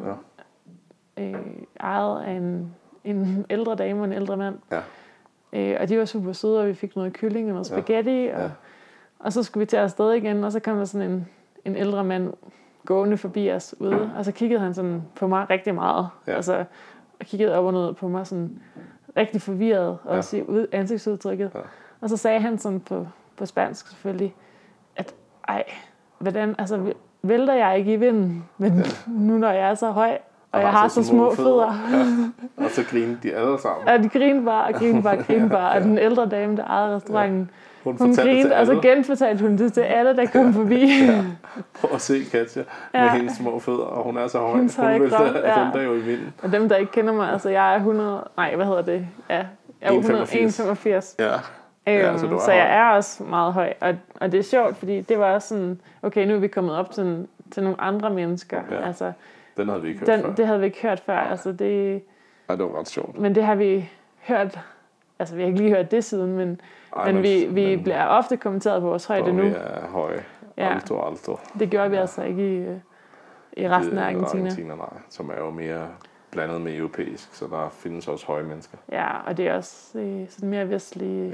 ejet af en ældre dame og en ældre mand. Ja. Og de var super søde, og vi fik noget kylling og noget spaghetti. Og så skulle vi til afsted igen, og så kom der sådan en ældre mand gående forbi os ude, og så kiggede han sådan på mig rigtig meget. Altså, og kiggede op og ned på mig sådan rigtig forvirret, også i ansigtsudtrykket. Og så sagde han sådan på spansk selvfølgelig, at hvordan, altså vælter jeg ikke i vinden, men nu når jeg er så høj, og jeg har så små fødder. Ja. Og så grinede de alle sammen. Ja, de grinede bare. Og den ældre dame, der ejede restauranten, hun grinede, og så genfortalte hun det til alle, der kom forbi. Prøv at se Katja med hendes små fødder, og hun er så høj. Hun vælter jo i vinden. Og dem, der ikke kender mig, altså jeg er 100... Nej, hvad hedder det? Ja, jeg er 1,85. Ja. Så jeg er også meget høj. Og det er sjovt, fordi det var også sådan... Okay, nu er vi kommet op til nogle andre mennesker. Ja. Altså, den havde vi ikke hørt før. Det havde vi ikke hørt før. Altså, det var ret sjovt. Men det har vi hørt... Altså, vi har ikke lige hørt det siden, men vi bliver ofte kommenteret på vores højde nu. Vi er høje. Alto. Det gjorde vi altså ikke i resten af Argentina. Nej, som er jo mere blandet med europæisk, så der findes også høje mennesker. Ja, og det er også sådan mere vestlig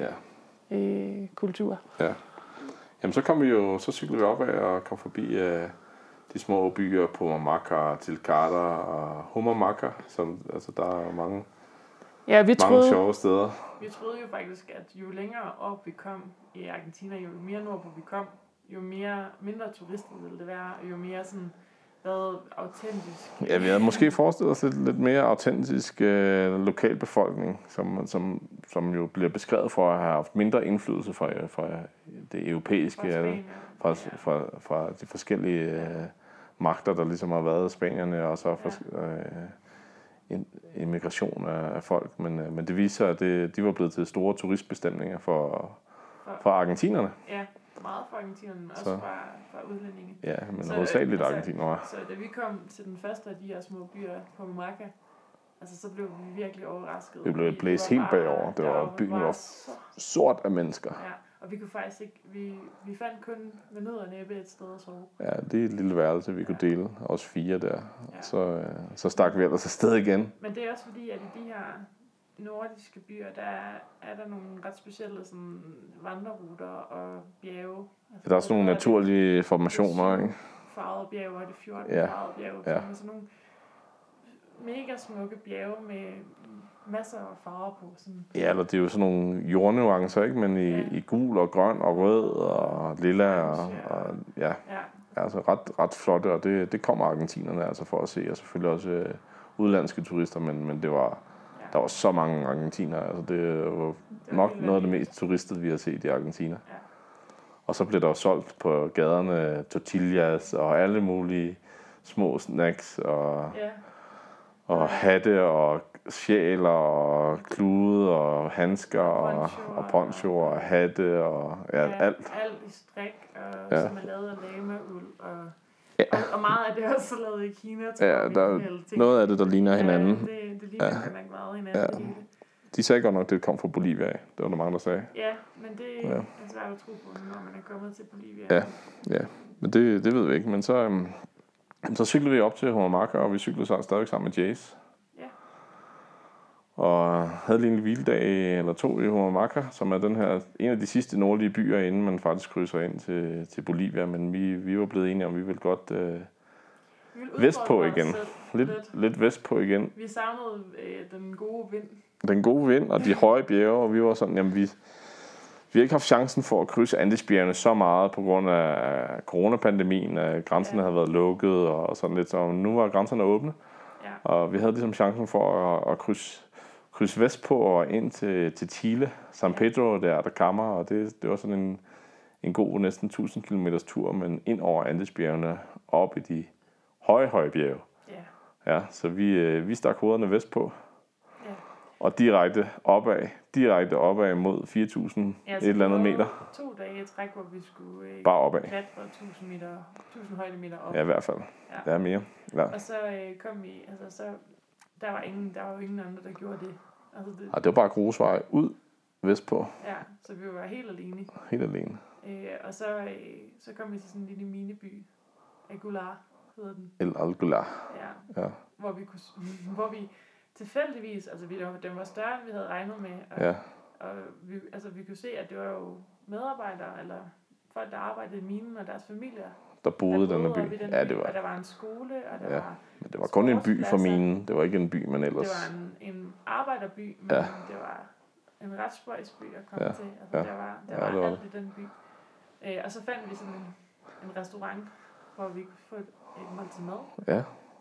kultur. Ja. Jamen, så cyklede vi opad og kom forbi de små byer på Humamarca, Tilcara og Humamarca, som altså der er mange sjove steder. Vi troede jo faktisk, at jo længere op vi kom i Argentina, jo mere nordpå vi kom, jo mindre turister ville det være, jo mere sådan autentisk. Ja, vi havde måske forestillet os lidt mere autentisk lokalbefolkning, som jo bliver beskrevet for at have haft mindre indflydelse fra det europæiske, fra de forskellige magter, der ligesom har været spanierne, og så immigration af folk. Men det viser, at de var blevet til store turistbestemninger for argentinerne. Ja, meget for argentinerne, også fra udlændinge. Ja, men hovedsageligt argentinere. Så da vi kom til den første af de her små byer på Humamarca, altså så blev vi virkelig overrasket. Det blev blæst helt bagover. Byen var sort af mennesker. Ja, og vi kunne faktisk ikke, vi fandt kun med nød og næppe et sted at sove. Ja, det er et lille værelse, vi kunne dele, os 4 der. Ja. Så stak vi ellers afsted igen. Men det er også fordi, at i de her nordiske byer, der er der nogle ret specielle sådan, vandreruter og bjerge. Altså, der er også nogle naturlige formationer, ikke? Farvede bjerge, og det 14 farvede bjerge. Ja. Sådan nogle mega smukke bjerge med masser af farver på. Sådan. Ja, eller det er jo sådan nogle jordnuancer, ikke? Men i gul og grøn og rød og lilla og altså ret flotte, og det kommer argentinerne altså for at se, og selvfølgelig også udlandske turister, men det var der var så mange argentinere, altså det var nok noget af det mest turistede, vi har set i Argentina. Ja. Og så blev der jo solgt på gaderne tortillas og alle mulige små snacks og hatte og sjæler og klude og handsker og ponchoer og hatte og alt. Alt i strik, som er lavet af lamauld og meget af det er også lavet i Kina. Ja, der er noget af det, der ligner hinanden. Det ligner nok meget hinanden. Ja. Det hele. De sagde godt nok, det kom fra Bolivia af. Det var der mange, der sagde. Ja, men det er svært at tro på, når man er kommet til Bolivia. Ja. Men det ved vi ikke. Men så cyklede vi op til Humamarca, og vi cyklede stadigvæk sammen med Jace. Ja. Og havde lige en hviledag eller 2 i Humamarca, som er en af de sidste nordlige byer, inden man faktisk krydser ind til Bolivia. Men vi var blevet enige om, vi ville godt vestpå igen. Lidt vestpå igen. Vi savnede den gode vind. Den gode vind og de høje bjerge, og vi var sådan, jamen vi har ikke haft chancen for at krydse Andesbjergene så meget på grund af coronapandemien, at grænserne havde været lukket og sådan lidt, så nu var grænserne åbne. Ja. Og vi havde ligesom chancen for at krydse vestpå og ind til Chile, San Pedro der Atacama, og det var sådan en god næsten 1000 km tur, men ind over Andesbjergene op i de høje bjerge. Ja, så vi stak hovederne vestpå. Og direkte opad mod 4.000 et eller andet meter. 2 dage i træk, hvor vi skulle bare opad. Klatre 1000 højdemeter op. Ja, i hvert fald. Ja. Der er mere. Ja. Og så kom vi, altså så der var jo ingen andre, der gjorde det. Altså det var bare grusvej ud vestpå. Ja, så vi var helt alene. Helt alene. Og så kom vi til sådan en lille mineby. Aguilar hedder den. El Aguilar. Ja. Hvor vi tilfældigvis, altså den var større, end vi havde regnet med, og vi kunne se, at det var jo medarbejdere, eller folk, der arbejdede i minen, og deres familier, der boede i denne by. Ja, det var. Og der var en skole, og der var men det var kun en by for minen, det var ikke en by, men ellers. Det var en arbejderby, men det var en ret spøjs by at komme til. Altså, der var alt i den by. Og så fandt vi sådan en restaurant, hvor vi kunne få et måltid mad. Ja.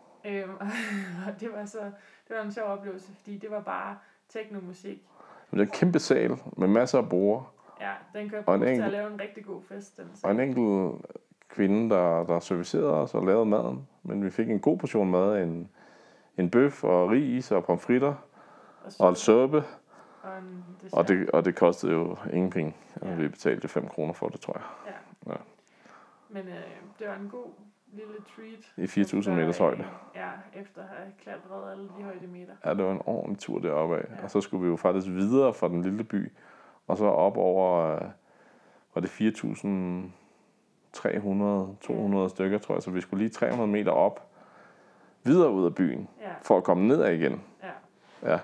Og det var en sjov oplevelse, fordi det var bare technomusik. Det er en kæmpe sal med masser af borde. Ja, den kan bruges til at lave en rigtig god fest. Og en enkelt kvinde, der servicerede os og lavede maden. Men vi fik en god portion mad, en bøf og ris og pomfritter og en suppe. Og det kostede jo ingen penge. Ja. Vi betalte 5 kroner for det, tror jeg. Ja. Men det var en god lille treat. I 4.000 meters højde. Ja, efter at have klatret alle de højdemeter. Ja, det var en ordentlig tur deroppe af. Ja. Og så skulle vi jo faktisk videre fra den lille by, og så op over, var det 4.300-200 stykker, tror jeg. Så vi skulle lige 300 meter op, videre ud af byen, for at komme nedad igen. Ja.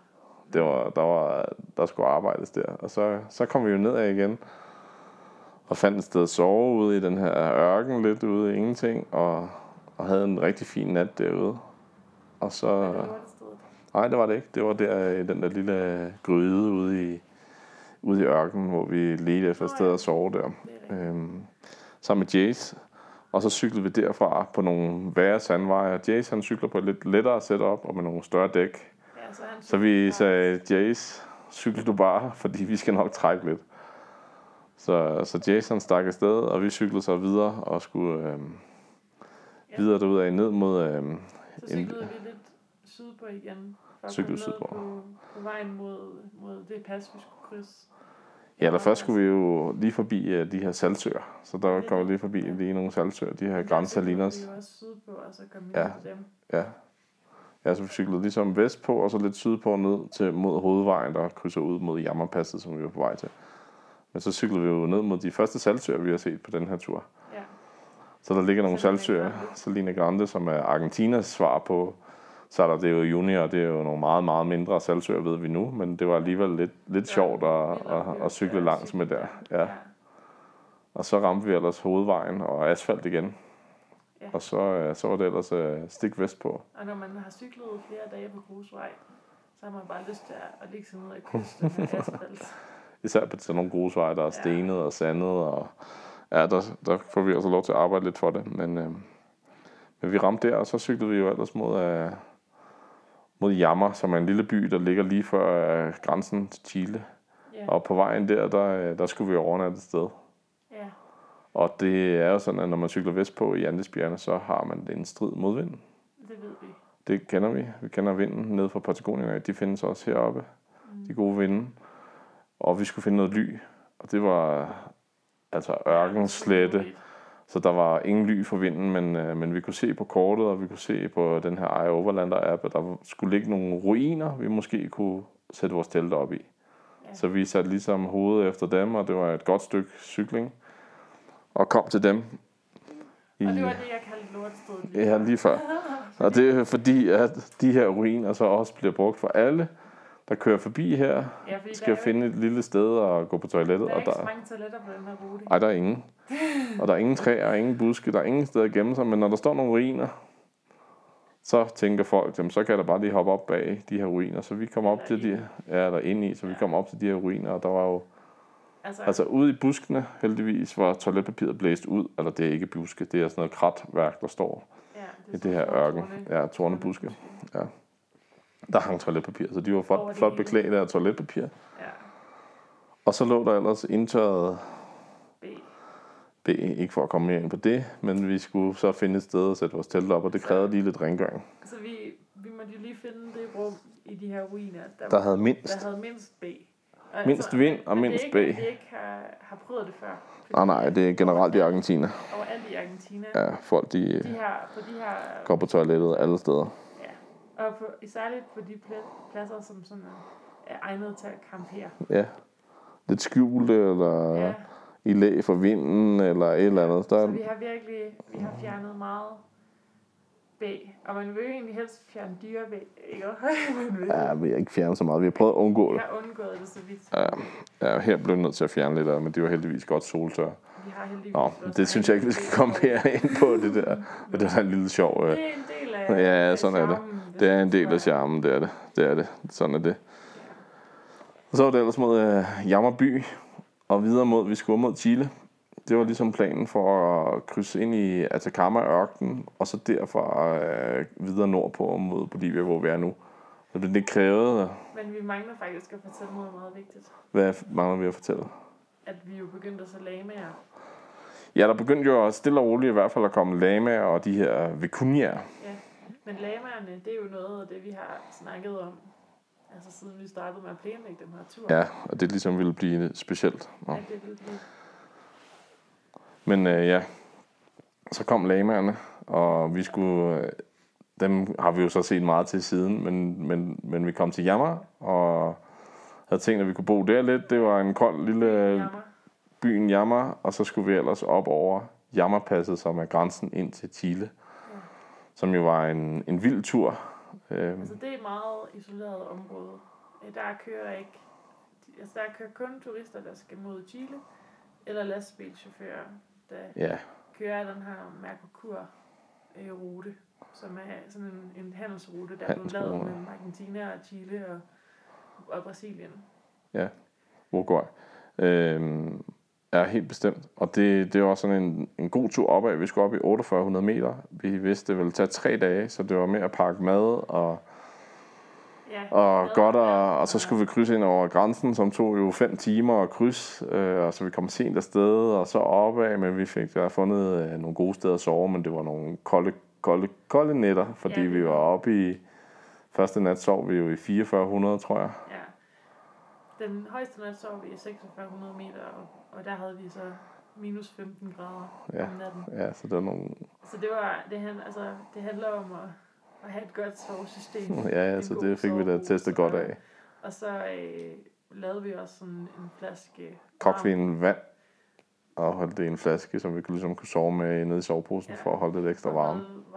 Der skulle arbejdes der. Og så kom vi jo nedad igen. og fandt et sted at sove ude i den her ørken, lidt ude i ingenting, og havde en rigtig fin nat derude. Og så... Nej, det var det ikke. Det var der i den der lille gryde ude i ørkenen, hvor vi ledte efter et sted at sove der. Sammen med Jace. Og så cyklede vi derfra på nogle værre sandveje. Jace han cykler på et lidt lettere setup og med nogle større dæk. Ja, så vi sagde, Jace, cykler du bare, fordi vi skal nok trække lidt. Så Jace han stak afsted, og vi cyklede så videre og skulle videre derudad ned mod... så cyklede vi lidt sydpå igen. Cyklede sydpå. På vejen mod det pas, vi skulle krydse. Ja, der først skulle vi jo lige forbi de her saltsøer. Så der kom vi lige forbi lige nogle saltsøer, de her Gran Salinas. Vi var også sydpå, og så kom vi ned til dem. Ja, så vi cyklede ligesom vestpå, og så lidt sydpå ned mod hovedvejen, der krydser ud mod Jammerpasset, som vi var på vej til. Men så cyklede vi jo ned mod de første saltsøer, vi har set på den her tur. Ja. Så der ligger nogle saltsøer, Salina Grande, som er Argentinas svar på... Så er der det jo Junior, det er jo nogle meget, meget mindre saltsøer, ved vi nu, men det var alligevel lidt sjovt at cykle langs med der. Ja. Og så ramte vi ellers hovedvejen og asfalt igen. Ja. Og så var det ellers stik vest på. Og når man har cyklet flere dage på grusvej, så har man bare lyst til at ligge sig ned og kysse den her asfalt. Især på sådan nogle grusveje, der er stenet og sandet, og ja, der får vi også lov til at arbejde lidt for det. Men vi ramte der, og så cyklede vi jo ellers mod Jammer, som er en lille by, der ligger lige før grænsen til Chile. Yeah. Og på vejen der skulle vi overnatte et sted. Yeah. Og det er jo sådan, at når man cykler vestpå i Andesbjergene, så har man en strid mod vinden. Det ved vi. Det kender vi. Vi kender vinden nede fra Patagonien. De findes også heroppe, de gode vinde. Og vi skulle finde noget ly. Og det var altså ørkenslette. Så der var ingen ly for vinden, men vi kunne se på kortet, og vi kunne se på den her iOverlander-app, at der skulle ligge nogle ruiner, vi måske kunne sætte vores telt op i. Ja. Så vi satte ligesom hovedet efter dem, og det var et godt stykke cykling, og kom til dem. Og det var det, jeg kaldte lortestedet. Ja, lige før. Og det er fordi, at de her ruiner så også bliver brugt for alle, der kører forbi her, skal finde et lille sted og gå på toilettet. Der er ikke så mange toiletter på den her rute. Nej, der er ingen. Og der er ingen træer, ingen buske, der er ingen steder at gemme sig. Men når der står nogle ruiner, så tænker folk, jamen, så kan der bare lige hoppe op bag de her ruiner. Så vi kom op til eller ind i, så vi kom op til de her ruiner, og der var jo... Altså ude i buskene, heldigvis, var toiletpapiret blæst ud. Eller det er ikke buske, det er sådan noget kratværk, der står i det her ørken. Ja, tornebuske. Ja. Der hang toiletpapir, så de var flot beklædt af toiletpapir. Ja. Og så lå der ellers indtørret B, ikke for at komme mere ind på det, men vi skulle så finde et sted at sætte vores telt op, og det krævede lige lidt rengøring. Så vi måtte jo lige finde det rum i de her ruiner, der havde mindst B. Mindst vind og mindst B. Det ikke har prøvet det før. Nej, det er generelt i Argentina. Overalt i Argentina. Ja, folk de her går på toilettet alle steder. Og særligt på de pladser, som sådan er egnet til at campere. Ja, lidt skjulte, eller i læ for vinden, eller et eller andet. Så vi har fjernet meget bag. Og man vil jo egentlig helst fjerne dyre bag, ikke? Ja, vi har ikke fjernet så meget. Vi har prøvet at undgå det. Vi har undgået det så vidt. Ja, her blev vi nødt til at fjerne lidt af, men det var heldigvis godt soltør. Vi har heldigvis det synes jeg ikke, vi skal komme mere ind på, det der. Det er en lille sjov... Det er en del af... Ja, sådan er det. Det er en del af charmen, det er det. Det er det. Sådan er det. Og så var det ellers mod Jammerby, og videre mod, vi skulle mod Chile. Det var ligesom planen for at krydse ind i Atacama-ørkenen, og så derfra videre nordpå mod Bolivia, hvor vi er nu. Så det krævede... Men vi mangler faktisk at fortælle noget meget vigtigt. Hvad mangler vi at fortælle? At vi jo begyndte at så lamaer. Ja, der begyndte jo stille og roligt i hvert fald at komme lamaer og de her vicuniaer. Ja, men lamaerne, det er jo noget af det, vi har snakket om, altså siden vi startede med at planlægge den her tur. Ja, og det ligesom ville blive specielt. Ja, det ville blive. Men så kom lamaerne, og vi skulle... Dem har vi jo så set meget til siden, men vi kom til Jammer, og havde tænkt, at vi kunne bo der lidt. Det var en kold lille byen Jammer, og så skulle vi ellers op over Jammerpasset, som er grænsen ind til Chile, som jo var en vild tur. Altså det er et meget isoleret område. Der kører kun turister, der skal mod Chile. eller lastbilchauffører, der kører den her Mercosur-rute, som er sådan en handelsrute, der er blevet lavet mellem Argentina og Chile og Brasilien. Ja, Uruguay. Er helt bestemt. Og det var sådan en god tur opad. Vi skulle op i 4800 meter. Vi vidste, det ville tage 3 dage, så det var med at pakke mad og godt, og så skulle vi krydse ind over grænsen, som tog jo 5 timer at krydse, og så vi kom sent afsted, og så opad, men vi fik der fundet nogle gode steder at sove, men det var nogle kolde nætter, fordi vi var oppe i, første nat sov vi jo i 4400, tror jeg. Ja, den højeste nat sov vi i 4600 meter, og der havde vi så minus 15 grader om natten. Ja, så det var nogle... Så det handler om at have et godt sovesystem. Ja, så det fik vi da testet godt af. Og så lavede vi også sådan en flaske... Kogte vi en vand og holdt det i en flaske, som vi ligesom kunne sove med nede i soveposen, for at holde det ekstra varme.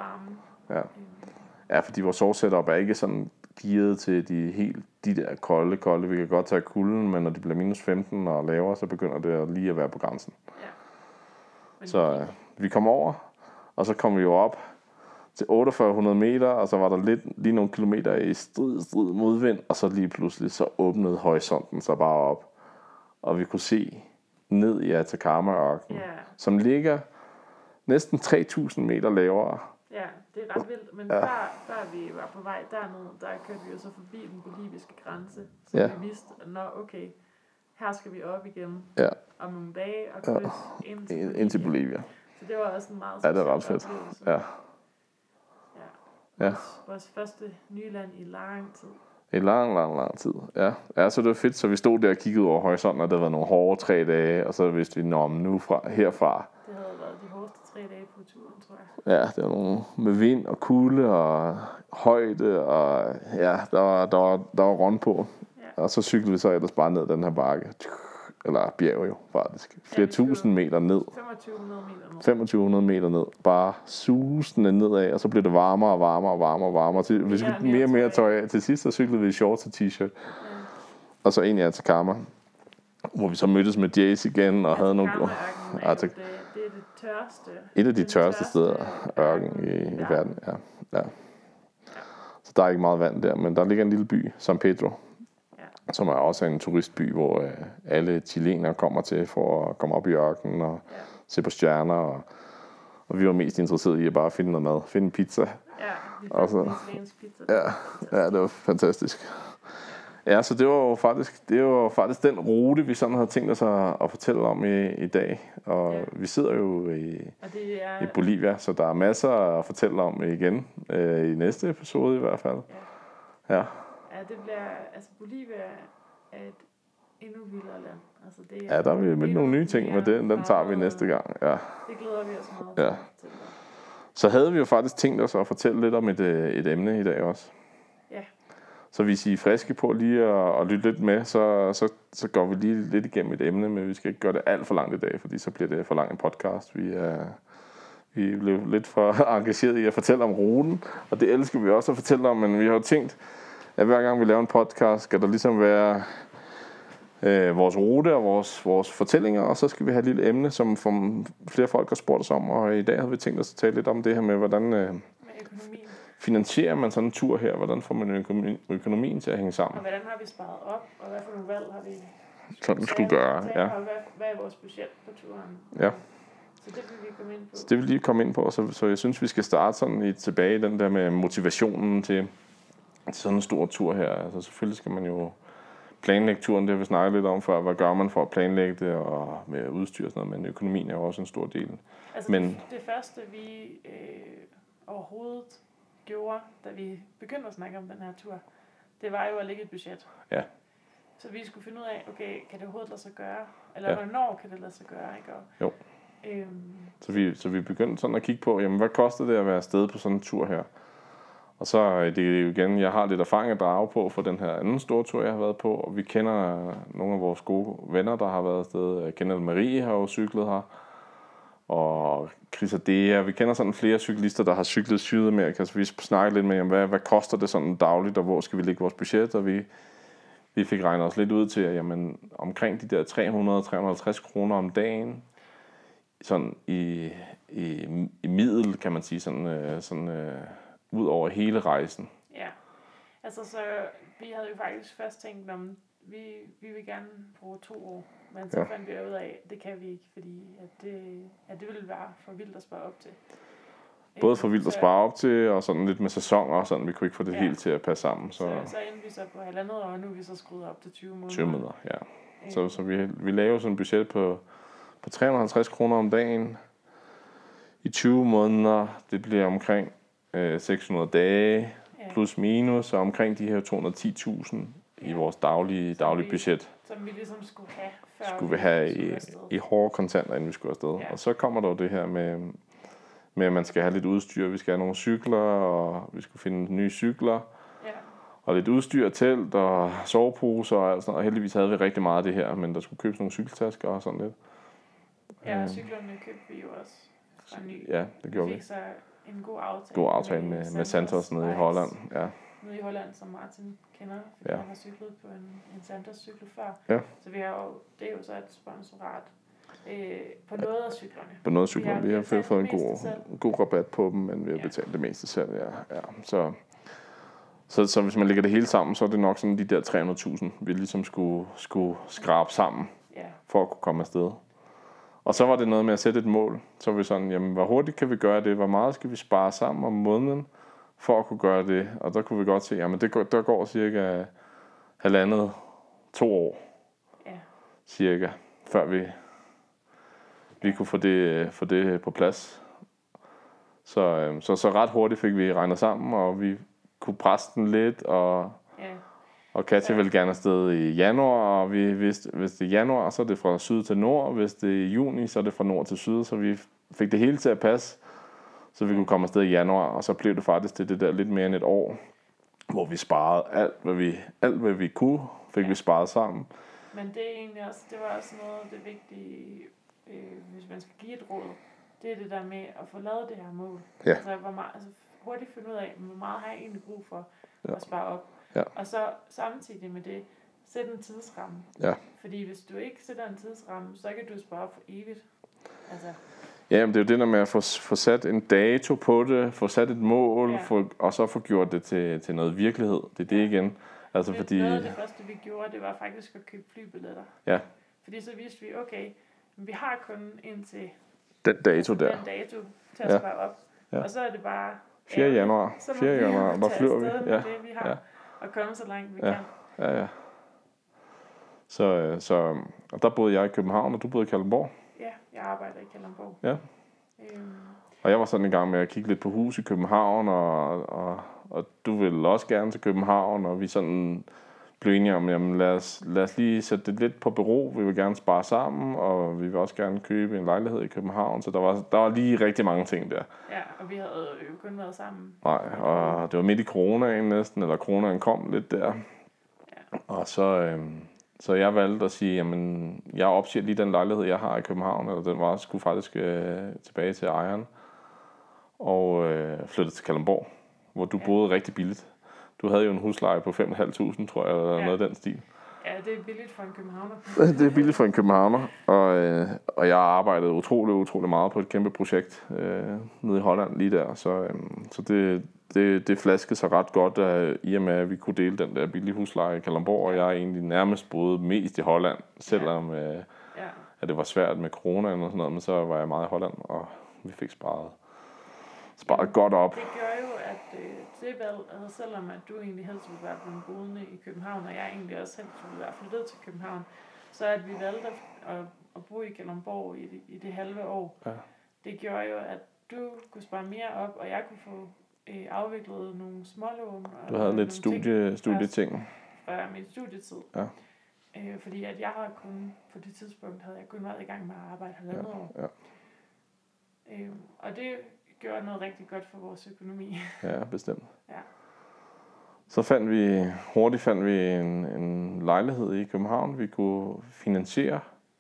Ja, fordi vores sovesetup er ikke sådan gearet til de der kolde. Vi kan godt tage kulden, men når det bliver minus 15 og lavere, så begynder det lige at være på grænsen. Ja. Så vi kom over, og så kom vi jo op til 4800 meter, og så var der lige nogle kilometer i strid modvind, og så lige pludselig så åbnede horisonten sig bare op, og vi kunne se ned i Atacama-ørkenen, som ligger næsten 3000 meter lavere. Ja, det er ret vildt, men før vi var på vej derned, der kørte vi jo så forbi den boliviske grænse, så vi vidste, at okay, her skal vi op igen om nogle dage og krydse ind til Bolivia. Så det var også en meget speciel oplevelse. Ja. Vores første nye land i lang tid. I lang tid, ja. Så det var fedt, så vi stod der og kiggede over horisonten, og det var nogle hårde 3 dage, og så vidste vi, herfra. Det havde været de hårdeste 3 dage på turen, tror jeg. Ja, det var nogle med vind og kulde og højde, og der var rund på. Ja. Og så cyklede vi så ellers bare ned den her bakke. Eller bjerg jo, faktisk. Flere tusind meter ned. 2500 meter ned. Bare susende nedad, og så blev det varmere og varmere. Vi skulle mere og mere tøj af. Til sidst så cyklede vi i shorts og t-shirt. Ja. Og så ind i Atacama, hvor vi så mødtes med Jace igen, og havde nogle... Det er det tørste. Et af de tørste steder ørken i verden, ja. Så der er ikke meget vand der, men der ligger en lille by, San Pedro, som er også en turistby, hvor alle chilenere kommer til for at komme op i ørkenen og se på stjerner. Og vi var mest interesserede i at bare finde noget mad, finde en pizza. Ja, vi fandt en italiensk pizza. Ja, det var fantastisk. Ja, så det var faktisk den rute, vi sådan havde tænkt os at fortælle om i dag. Og vi sidder jo i Bolivia, så der er masser at fortælle om igen i næste episode i hvert fald. Ja, det bliver... Altså, Bolivia er et endnu vildere land. Altså, det der er vi med nogle nye ting, men den tager vi næste gang. Ja. Det glæder vi os meget til. Så havde vi jo faktisk tænkt os at fortælle lidt om et emne i dag også. Ja. Så hvis I er friske på lige at lytte lidt med, så går vi lige lidt igennem et emne, men vi skal ikke gøre det alt for langt i dag, fordi så bliver det for lang en podcast. Vi blev lidt for engageret i at fortælle om ruten, og det elsker vi også at fortælle om, men vi har jo tænkt, at hver gang vi laver en podcast, skal der ligesom være vores rute og vores fortællinger, og så skal vi have et lille emne, som flere folk har spurgt os om, og i dag havde vi tænkt os at tale lidt om det her med, hvordan finansierer man sådan en tur her, hvordan får man økonomien til at hænge sammen. Og hvordan har vi sparet op, og hvad for nogle valg har vi skulle gøre, og hvad er vores budget på turen? Ja. Så det vil vi komme ind på. Så det vil lige komme ind på, så jeg synes, vi skal starte sådan tilbage i den der med motivationen til sådan en stor tur her. Altså selvfølgelig skal man jo planlægge turen, det har vi snakket lidt om før. Hvad gør man for at planlægge det, og med udstyr og sådan noget, men økonomien er jo også en stor del. Altså det første, vi overhovedet gjorde, da vi begyndte at snakke om den her tur, det var jo at lægge et budget. Ja. Så vi skulle finde ud af, okay, kan det overhovedet lade sig gøre? Eller hvornår kan det lade sig gøre, ikke? Jo. Så vi begyndte sådan at kigge på, jamen hvad koster det at være afsted på sådan en tur her? Og så det er jo igen, jeg har lidt erfaring at drage på for den her anden store tur, jeg har været på, og vi kender nogle af vores gode venner, der har været afsted. Kenneth Marie har jo cyklet her, og Chris Adea. Vi kender sådan flere cyklister, der har cyklet i Sydamerika, så vi snakker lidt med, hvad koster det sådan dagligt, og hvor skal vi lægge vores budget, og vi vi fik regnet os lidt ud til, at jamen, omkring de der 300-350 kroner om dagen, sådan i middel, kan man sige, ud over hele rejsen. Ja, altså så vi havde jo faktisk først tænkt, om vi vil gerne bruge 2 år, men så fandt vi ud af, at det kan vi ikke, fordi at det ville være for vildt at spare op til. Både for vildt at spare op til, og sådan lidt med sæsoner og sådan, vi kunne ikke få det helt til at passe sammen. Så endte vi så på 1,5 år, og nu er vi så skruet op til 20 måneder. 20 måneder, ja. Så vi laver sådan et budget på 350 kroner om dagen i 20 måneder. Det bliver omkring 600 dage, plus minus, og omkring de her 210.000 i vores daglige budget. Som vi ligesom skulle have, før skulle vi have i hårde kontanter, inden vi skulle afsted. Ja. Og så kommer der jo det her med, at man skal have lidt udstyr. Vi skal have nogle cykler, og vi skulle finde nye cykler. Ja. Og lidt udstyr, telt og soveposer og alt sådan. Og heldigvis havde vi rigtig meget af det her, men der skulle købes nogle cykeltasker og sådan lidt. Ja, cyklerne købte vi jo også fra ny. Ja, det gjorde vi. Vi fik så en god aftale med Santos nede i Holland. Ja. Nede i Holland, som Martin kender, fordi han har cyklet på en Santos cykel før. Ja. Så vi har jo, det er jo så et sponsorat på noget af cyklerne. På noget af cyklerne. Vi har fået en god rabat på dem, men vi har betalt det meste selv. Ja. Så hvis man lægger det hele sammen, så er det nok sådan de der 300.000, vi ligesom skulle skrabe sammen for at kunne komme afsted. Og så var det noget med at sætte et mål. Så var vi sådan, jamen hvor hurtigt kan vi gøre det? Hvor meget skal vi spare sammen om måneden for at kunne gøre det? Og der kunne vi godt se, jamen der går cirka 1,5-2 år. Ja. Cirka, før vi kunne få det på plads. Så ret hurtigt fik vi regnet sammen, og vi kunne presse den lidt, og Katja ville gerne afsted i januar, og vi vidste, hvis det er januar, så er det fra syd til nord, hvis det er juni, så er det fra nord til syd, så vi fik det hele til at passe, så vi kunne komme afsted i januar, og så blev det faktisk til det der lidt mere end et år, hvor vi sparede alt hvad vi kunne, fik vi sparet sammen. Men det er egentlig også, det var også noget af det vigtige, hvis man skal give et råd, det er det der med at få lavet det her mål. Ja. Altså hurtigt finde ud af, hvor meget har jeg egentlig brug for at spare op. Ja. Og så samtidig med det, sæt en tidsramme. Ja. Fordi hvis du ikke sætter en tidsramme, så kan du spare op for evigt. Altså. Ja, men det er jo det der med at få sat en dato på det, få sat et mål, og så få gjort det til noget virkelighed. Det er det igen. Altså fordi noget af det første, vi gjorde, det var faktisk at købe flybilletter. Ja. Fordi så vidste vi, okay, vi har kun indtil den dato der. Den dato til at spare op. Ja. Og så er det bare 4. januar. 4. januar, der flyver vi. Ja. Det vi har, og komme så langt vi kan. Ja. Så og der boede jeg i København, og du boede i Kalundborg. Ja, jeg arbejder i Kalundborg. Ja. Og jeg var sådan i gang med at kigge lidt på hus i København, og du ville også gerne til København, og vi sådan blev enige om, jamen lad os lige sætte det lidt på bero. Vi vil gerne spare sammen, og vi vil også gerne købe en lejlighed i København, så der var lige rigtig mange ting der. Ja, og vi havde jo kun været sammen. Nej, og det var midt i coronaen næsten, eller coronaen kom lidt der. Ja. Og så jeg valgte at sige, jamen jeg opsiger lige den lejlighed, jeg har i København, eller den skulle faktisk tilbage til ejeren, og flyttede til Kalundborg, hvor du boede rigtig billigt. Du havde jo en husleje på 5.500, tror jeg, eller noget af den stil. Ja, det er billigt for en københavner. Det er billigt for en københavner, og jeg arbejdede utrolig meget på et kæmpe projekt nede i Holland lige der, så det flaskede sig ret godt, i og med at vi kunne dele den der billige husleje i Kalundborg, og jeg egentlig nærmest boede mest i Holland, selvom at det var svært med corona og sådan noget, men så var jeg meget i Holland, og vi fik sparet godt op. Det gør jo, at det valg, altså selvom at du egentlig helst ville være blevet boende i København, og jeg egentlig også helst ville være flyttet til København, så at vi valgte at bo i Kalundborg i det halve år, det gjorde jo, at du kunne spare mere op, og jeg kunne få afviklet nogle smålån. Du havde lidt studieting. Fra min studietid. Ja. Fordi at jeg har på det tidspunkt havde jeg kun været i gang med at arbejde 1,5 år. Ja. Og det gjorde noget rigtig godt for vores økonomi. Ja, bestemt. Ja. Så fandt vi en lejlighed i København, vi kunne finansiere.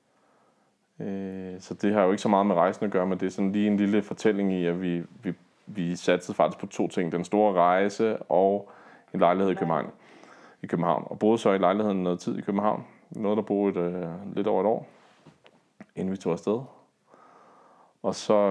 Så det har jo ikke så meget med rejsen at gøre, men det er sådan lige en lille fortælling i, at vi satsede faktisk på 2 ting. Den store rejse og en lejlighed i København. i København. Og boede så i lejligheden noget tid i København. Noget, der boede lidt over et år, inden vi tog afsted. Og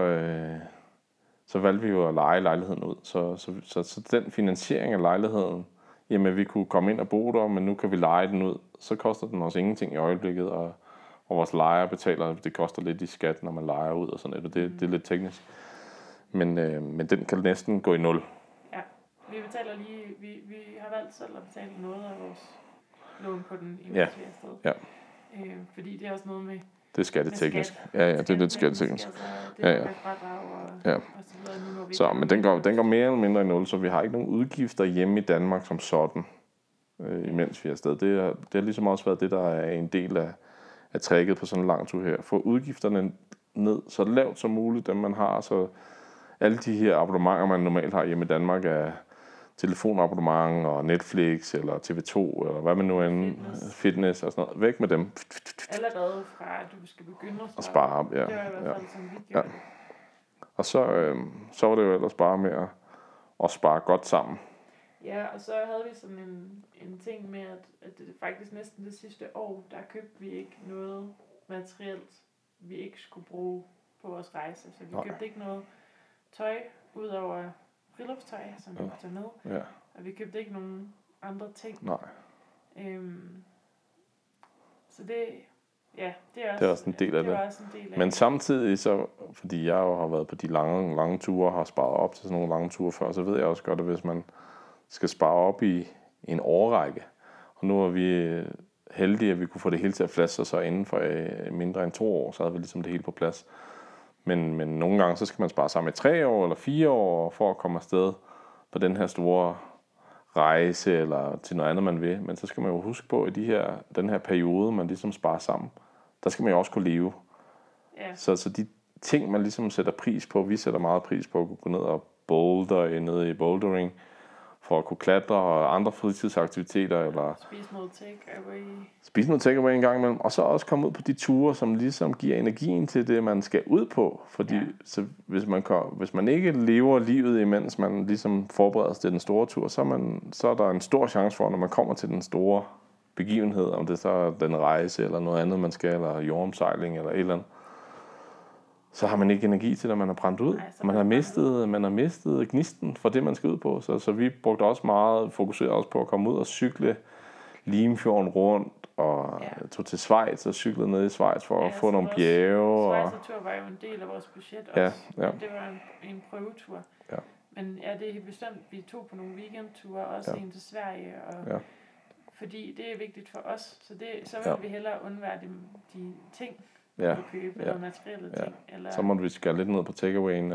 så valgte vi jo at leje lejligheden ud. Så den finansiering af lejligheden, jamen vi kunne komme ind og bo der, men nu kan vi leje den ud. Så koster den også ingenting i øjeblikket, og vores lejer betaler, det koster lidt i skat, når man lejer ud og sådan noget. Det er lidt teknisk. Men den kan næsten gå i nul. Ja, vi betaler lige, vi har valgt selv at betale noget af vores lån på den, imens vi er afsted. Ja. Fordi det er også noget med... Det er skatteteknisk. Ja, det er lidt skatteteknisk. Altså, det er fradrag og så videre. Så, men den går mere eller mindre i nul, så vi har ikke nogen udgifter hjemme i Danmark som sådan, imens vi er afsted. Det har ligesom også været det, der er en del af tricket på sådan en lang tur her. Få udgifterne ned så lavt som muligt, dem man har, så alle de her abonnementer, man normalt har hjemme i Danmark, er telefonabonnement og Netflix eller TV2 eller hvad man nu end, fitness og sådan noget. Væk med dem. Allerede fra at du skal begynde at spare op. Ja. Det var i hvert fald sådan, vi gjorde det. Og så var det jo ellers bare med at spare godt sammen. Ja, og så havde vi sådan en ting med, at det faktisk næsten det sidste år, der købte vi ikke noget materielt, vi ikke skulle bruge på vores rejse. Så vi købte ikke noget tøj, udover friluftstøj, som vi kunne tage med. Ja. Og vi købte ikke nogen andre ting. Nej. Så det er også en del af det. Men samtidig så, fordi jeg jo har været på de lange ture og har sparet op til sådan nogle lange ture før, så ved jeg også godt, at hvis man skal spare op i en årrække, og nu er vi heldige, at vi kunne få det hele til at flaske sig inden for mindre end 2 år, så havde vi ligesom det hele på plads. Men nogle gange, så skal man spare sammen i 3 år eller 4 år, for at komme afsted på den her store rejse, eller til noget andet, man vil. Men så skal man jo huske på, at den her periode, man ligesom sparer sammen, der skal man jo også kunne leve. Ja. Så de ting, man ligesom sætter pris på, vi sætter meget pris på at gå ned og boulder nede i bouldering, for at kunne klatre og andre fritidsaktiviteter, eller spise noget takeaway en gang imellem, og så også komme ud på de ture, som ligesom giver energien til det, man skal ud på, fordi så hvis man ikke lever livet, imens man ligesom forbereder sig til den store tur, så er der en stor chance for, når man kommer til den store begivenhed, om det så er den rejse, eller noget andet, man skal, eller jordomsejling, eller et eller andet, så har man ikke energi til, at man er brændt ud. Man har mistet gnisten for det, man skal ud på. Så vi brugte også meget, fokuseret også på at komme ud og cykle Limfjorden rundt, og tog til Schweiz og cyklede ned i Schweiz for at få nogle bjerge. Schweiz-tur var jo en del af vores budget også. Ja. Det var en prøvetur. Ja. Men det er bestemt, vi tog på nogle weekendture, også en til Sverige, og fordi det er vigtigt for os. Så vil vi hellere undvære de ting, købe eller materielle ting. Eller så må vi skære lidt ned på takeawayen,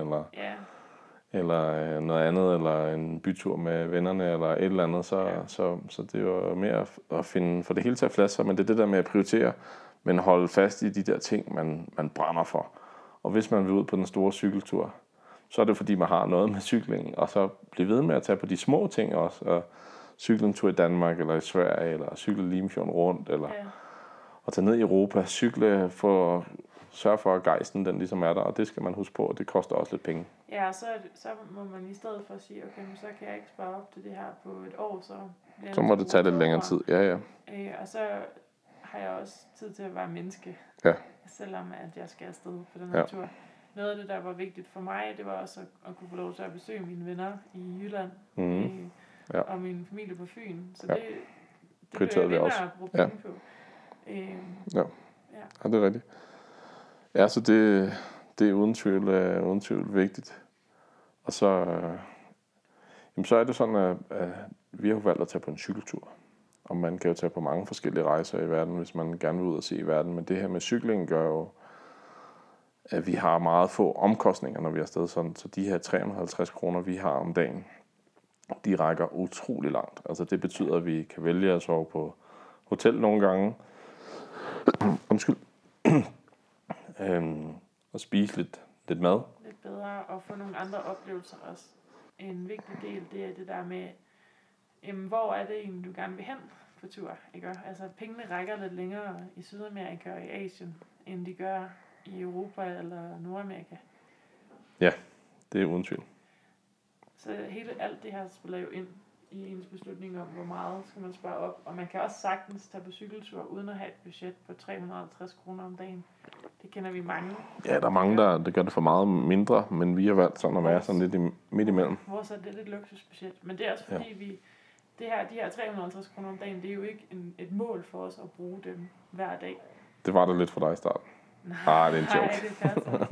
eller noget andet, eller en bytur med vennerne, eller et eller andet. Så det var mere at finde for det hele til at flaske sig, men det er det der med at prioritere, men holde fast i de der ting, man brænder for. Og hvis man vil ud på den store cykeltur, så er det fordi, man har noget med cykling, og så blive ved med at tage på de små ting også, og cykle en tur i Danmark, eller i Sverige, eller cykle Limfjorden rundt, eller og tage ned i Europa, cykle for at sørge for, at gejsten den ligesom er der, og det skal man huske på, og det koster også lidt penge. Ja, og så må man i stedet for sige, okay, så kan jeg ikke spare op til det her på et år, så må det tage lidt længere tid, og så har jeg også tid til at være menneske, selvom at jeg skal afsted på den her tur. Noget af det, der var vigtigt for mig, det var også at kunne få lov til at besøge mine venner i Jylland, og min familie på Fyn, så det blev jeg ved med at bruge penge på. Ja, det er rigtigt. Ja, så det er uden tvivl vigtigt. Og så er det sådan, at vi har valgt at tage på en cykeltur. Og man kan jo tage på mange forskellige rejser i verden, hvis man gerne vil ud og se i verden. Men det her med cykling gør jo, at vi har meget få omkostninger, når vi er afsted. Så de her 350 kroner, vi har om dagen, de rækker utrolig langt. Altså det betyder, at vi kan vælge at sove på hotel nogle gange. Undskyld. Og spise lidt mad. Lidt bedre, og få nogle andre oplevelser også. En vigtig del, det er det der med, hvor er det egentlig, du gerne vil hen på tur, ikke? Altså, pengene rækker lidt længere i Sydamerika og i Asien, end de gør i Europa eller Nordamerika. Ja, det er uden tvivl. Så alt det her spiller jo ind i ens beslutning om, hvor meget skal man spare op. Og man kan også sagtens tage på cykeltur, uden at have et budget på 350 kroner om dagen. Det kender vi mange. Ja, der er mange, der gør det for meget mindre, men vi har valgt sådan at være sådan lidt midt imellem. Vores er det lidt luksusbudget, men det er også fordi de her 350 kroner om dagen, det er jo ikke et mål for os at bruge dem hver dag. Det var det lidt for dig i starten. Nej, det er en joke. Nej, det passer.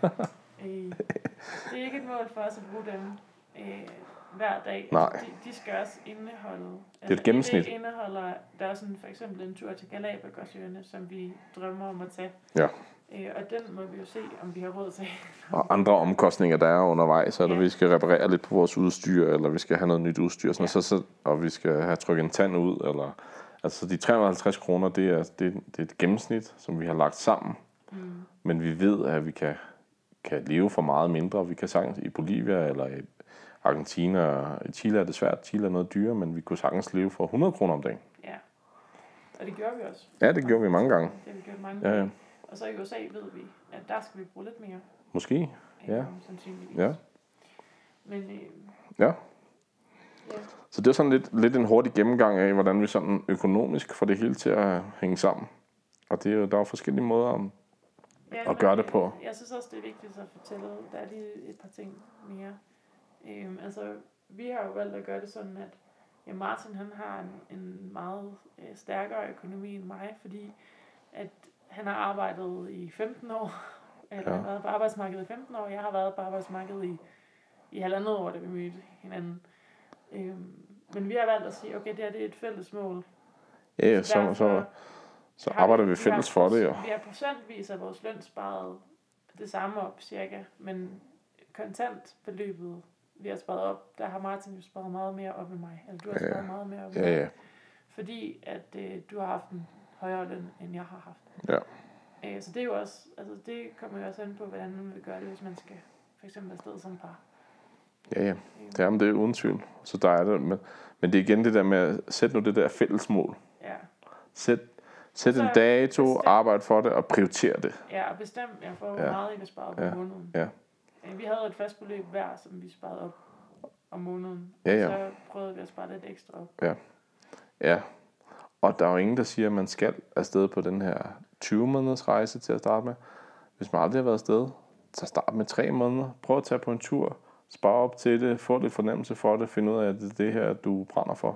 Det er ikke et mål for os at bruge dem hver dag. Nej. Altså, de skal også indeholde... Det er et gennemsnit. Det indeholder, der er sådan for eksempel en tur til Galapagosøerne, som vi drømmer om at tage. Ja. Og den må vi jo se, om vi har råd til. Og andre omkostninger, der er undervejs, så vi skal reparere lidt på vores udstyr, eller vi skal have noget nyt udstyr, sådan, og vi skal have trykket en tand ud, eller... Altså de 350 kroner, det er et gennemsnit, som vi har lagt sammen. Men vi ved, at vi kan leve for meget mindre. Vi kan sagtens i Bolivia eller i Argentina, i Chile er det svært. Chile er noget dyrere, men vi kunne sagtens leve for 100 kroner om dagen. Ja, og det gjorde vi også. Ja, det gjorde vi mange gange. Det har vi gjort mange gange. Ja. Og så i USA ved vi, at der skal vi bruge lidt mere. Måske, ja. Sandsynligvis. Ja. Men ja. Så det er sådan lidt en hurtig gennemgang af, hvordan vi sådan økonomisk får det hele til at hænge sammen. Og det er jo, der er forskellige måder at gøre det på. Jeg synes også, det er vigtigt at fortælle, der er lige et par ting mere. Altså, vi har jo valgt at gøre det sådan, at Martin han har en meget stærkere økonomi end mig, fordi at han har arbejdet i 15 år, eller har været på arbejdsmarkedet i 15 år. Jeg har været på arbejdsmarkedet i 1,5 år, da vi mødte hinanden. Men vi har valgt at sige, okay, det her det er et fælles mål. Ja, så arbejder vi fælles for det. Vi har procentvis af vores løn sparet det samme op, cirka. Men kontantbeløbet, vi har sparet op, der har Martin jo sparet meget mere op end mig. Eller du har sparet meget mere op end mig. Fordi at du har haft en højere løn, end jeg har haft. Ja. Så det er jo også, altså det kommer jo også an på, hvordan man vil gøre det, hvis man skal for eksempel afsted som par. Ja. Det er uden tvivl. Så der er det. Men det er igen det der med at sætte nu det der fællesmål. Ja. Sæt en dato, arbejde for det og prioritere det. Ja, og bestem jer for, hvor meget I vil spare op om måneden. Ja. Vi havde et fast beløb hver, som vi sparede op om måneden. Ja. Og så prøvede vi at spare lidt ekstra op. Ja. Og der er jo ingen, der siger, at man skal afsted på den her 20 måneders rejse til at starte med. Hvis man aldrig har været afsted, så start med 3 måneder. Prøv at tage på en tur. Spare op til det. Få lidt fornemmelse for det. Find ud af, at det er det her, du brænder for.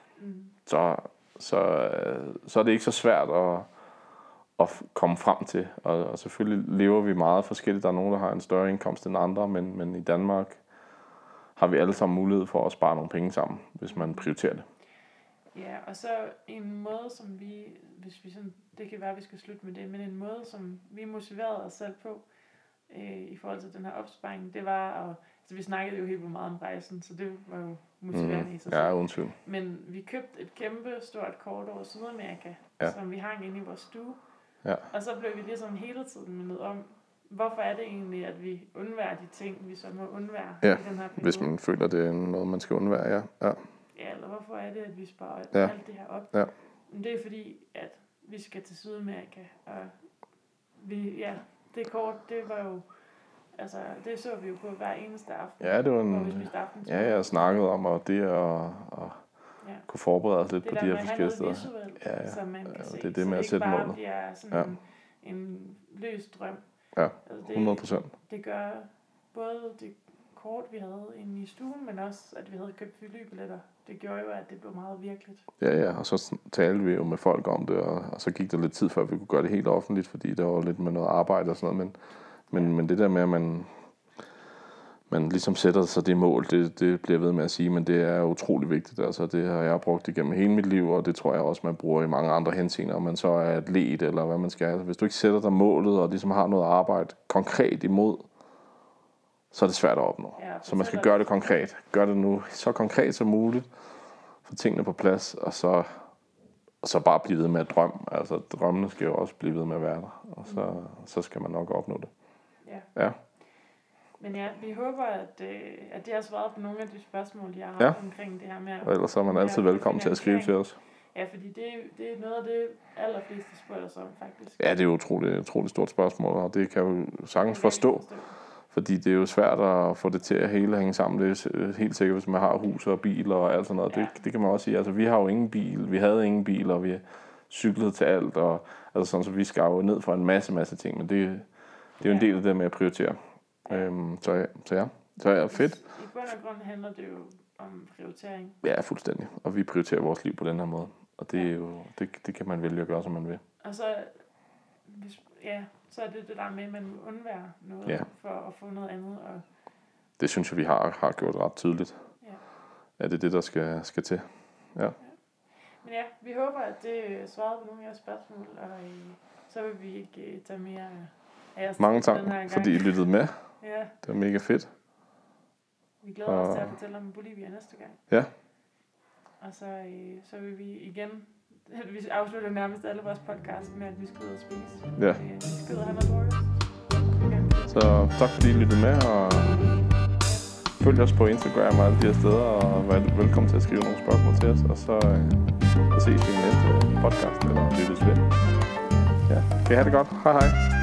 Så er det ikke så svært at komme frem til. Og selvfølgelig lever vi meget forskelligt. Der er nogen, der har en større indkomst end andre, men i Danmark har vi alle sammen mulighed for at spare nogle penge sammen, hvis man prioriterer det. Ja, og så en måde, som hvis vi sådan, det kan være, at vi skal slutte med det, men en måde, som vi motiverede os selv på, i forhold til den her opsparing, det var altså vi snakkede jo helt vildt meget om rejsen, så det var jo motiverende i sig selv. Ja, uden tvivl. Men vi købte et kæmpe stort kort over Sydamerika, som vi hang inde i vores stue. Ja. Og så blev vi ligesom hele tiden mindet om, hvorfor er det egentlig, at vi undværer de ting, vi så må undvære i den her periode. Hvis man føler, det er noget, man skal undvære, ja. Ja, eller hvorfor er det, at vi sparer alt det her op? Ja. Men det er fordi, at vi skal til Sydamerika, og det kort, det var jo, altså, det så vi jo på hver eneste aften. Ja, det var jeg snakkede om, og det at kunne forberede os lidt det på de her forskellige steder. Det der med at have noget visuelt, som man kan se, det er det med at sætte målet. Så det ikke bare bliver sådan en løs drøm. Ja, altså 100%. Det gør både det kort, vi havde inde i stuen, men også, at vi havde købt flybilletter. Det gjorde jo, at det blev meget virkeligt. Ja, og så talte vi jo med folk om det, og så gik der lidt tid, før vi kunne gøre det helt offentligt, fordi der var lidt med noget arbejde og sådan noget, men det der med, at man ligesom sætter sig det mål, det bliver ved med at sige, men det er utrolig vigtigt. Altså, det har jeg brugt igennem hele mit liv, og det tror jeg også, man bruger i mange andre henseender, om man så er atlet, eller hvad man skal. Altså, hvis du ikke sætter dig målet, og ligesom har noget arbejde konkret imod, så er det svært at opnå. Ja, så man skal gøre det konkret. Gør det nu så konkret som muligt, få tingene på plads, og så bare blive ved med at drømme. Altså, drømmene skal jo også blive ved med at være der, og så skal man nok opnå det. Ja. Men ja, vi håber, at det har svaret på nogle af de spørgsmål, jeg har omkring det her med. Og ellers er man altid velkommen til at skrive til os. Ja, fordi det er noget af det, allerfleste spørger sig om, faktisk. Ja, det er jo utroligt stort spørgsmål, og det kan jo sagtens forstå. Fordi det er jo svært at få det til at hele hænge sammen. Det er helt sikkert, hvis man har hus og bil og alt sådan noget. Det kan man også sige. Altså, vi har jo ingen bil. Vi havde ingen bil, og vi cyklede til alt. Og, altså sådan, så vi skal jo ned for en masse ting. Men det er jo en del af det med at prioritere. Så ja, fedt. I bund og grund handler det jo om prioritering. Ja, fuldstændig. Og vi prioriterer vores liv på den her måde. Og det er jo, det kan man vælge at gøre, som man vil. Og så, så er det der med, at man undværer noget for at få noget andet. Og det synes jeg, vi har gjort ret tydeligt. Ja. Ja, det er det, der skal til. Ja. Men ja, vi håber, at det svarede på nogle af jeres spørgsmål, og så vil vi ikke tage mere af jeres mange tak, fordi I lyttede med. Ja. Det var mega fedt. Vi glæder os til at fortælle om Bolivia næste gang. Ja. Og så vil vi igen, vi afslutter nærmest alle vores podcast med, at vi skal ud og spise. Ja. Vi skal ud og have noget morges. Så tak fordi I lyttede med, og følg os på Instagram og alle de her steder, og vær velkommen til at skrive nogle spørgsmål til os, og så ses vi i næste podcast, eller lyttes ved. Ja, kan I have det godt. Hej hej.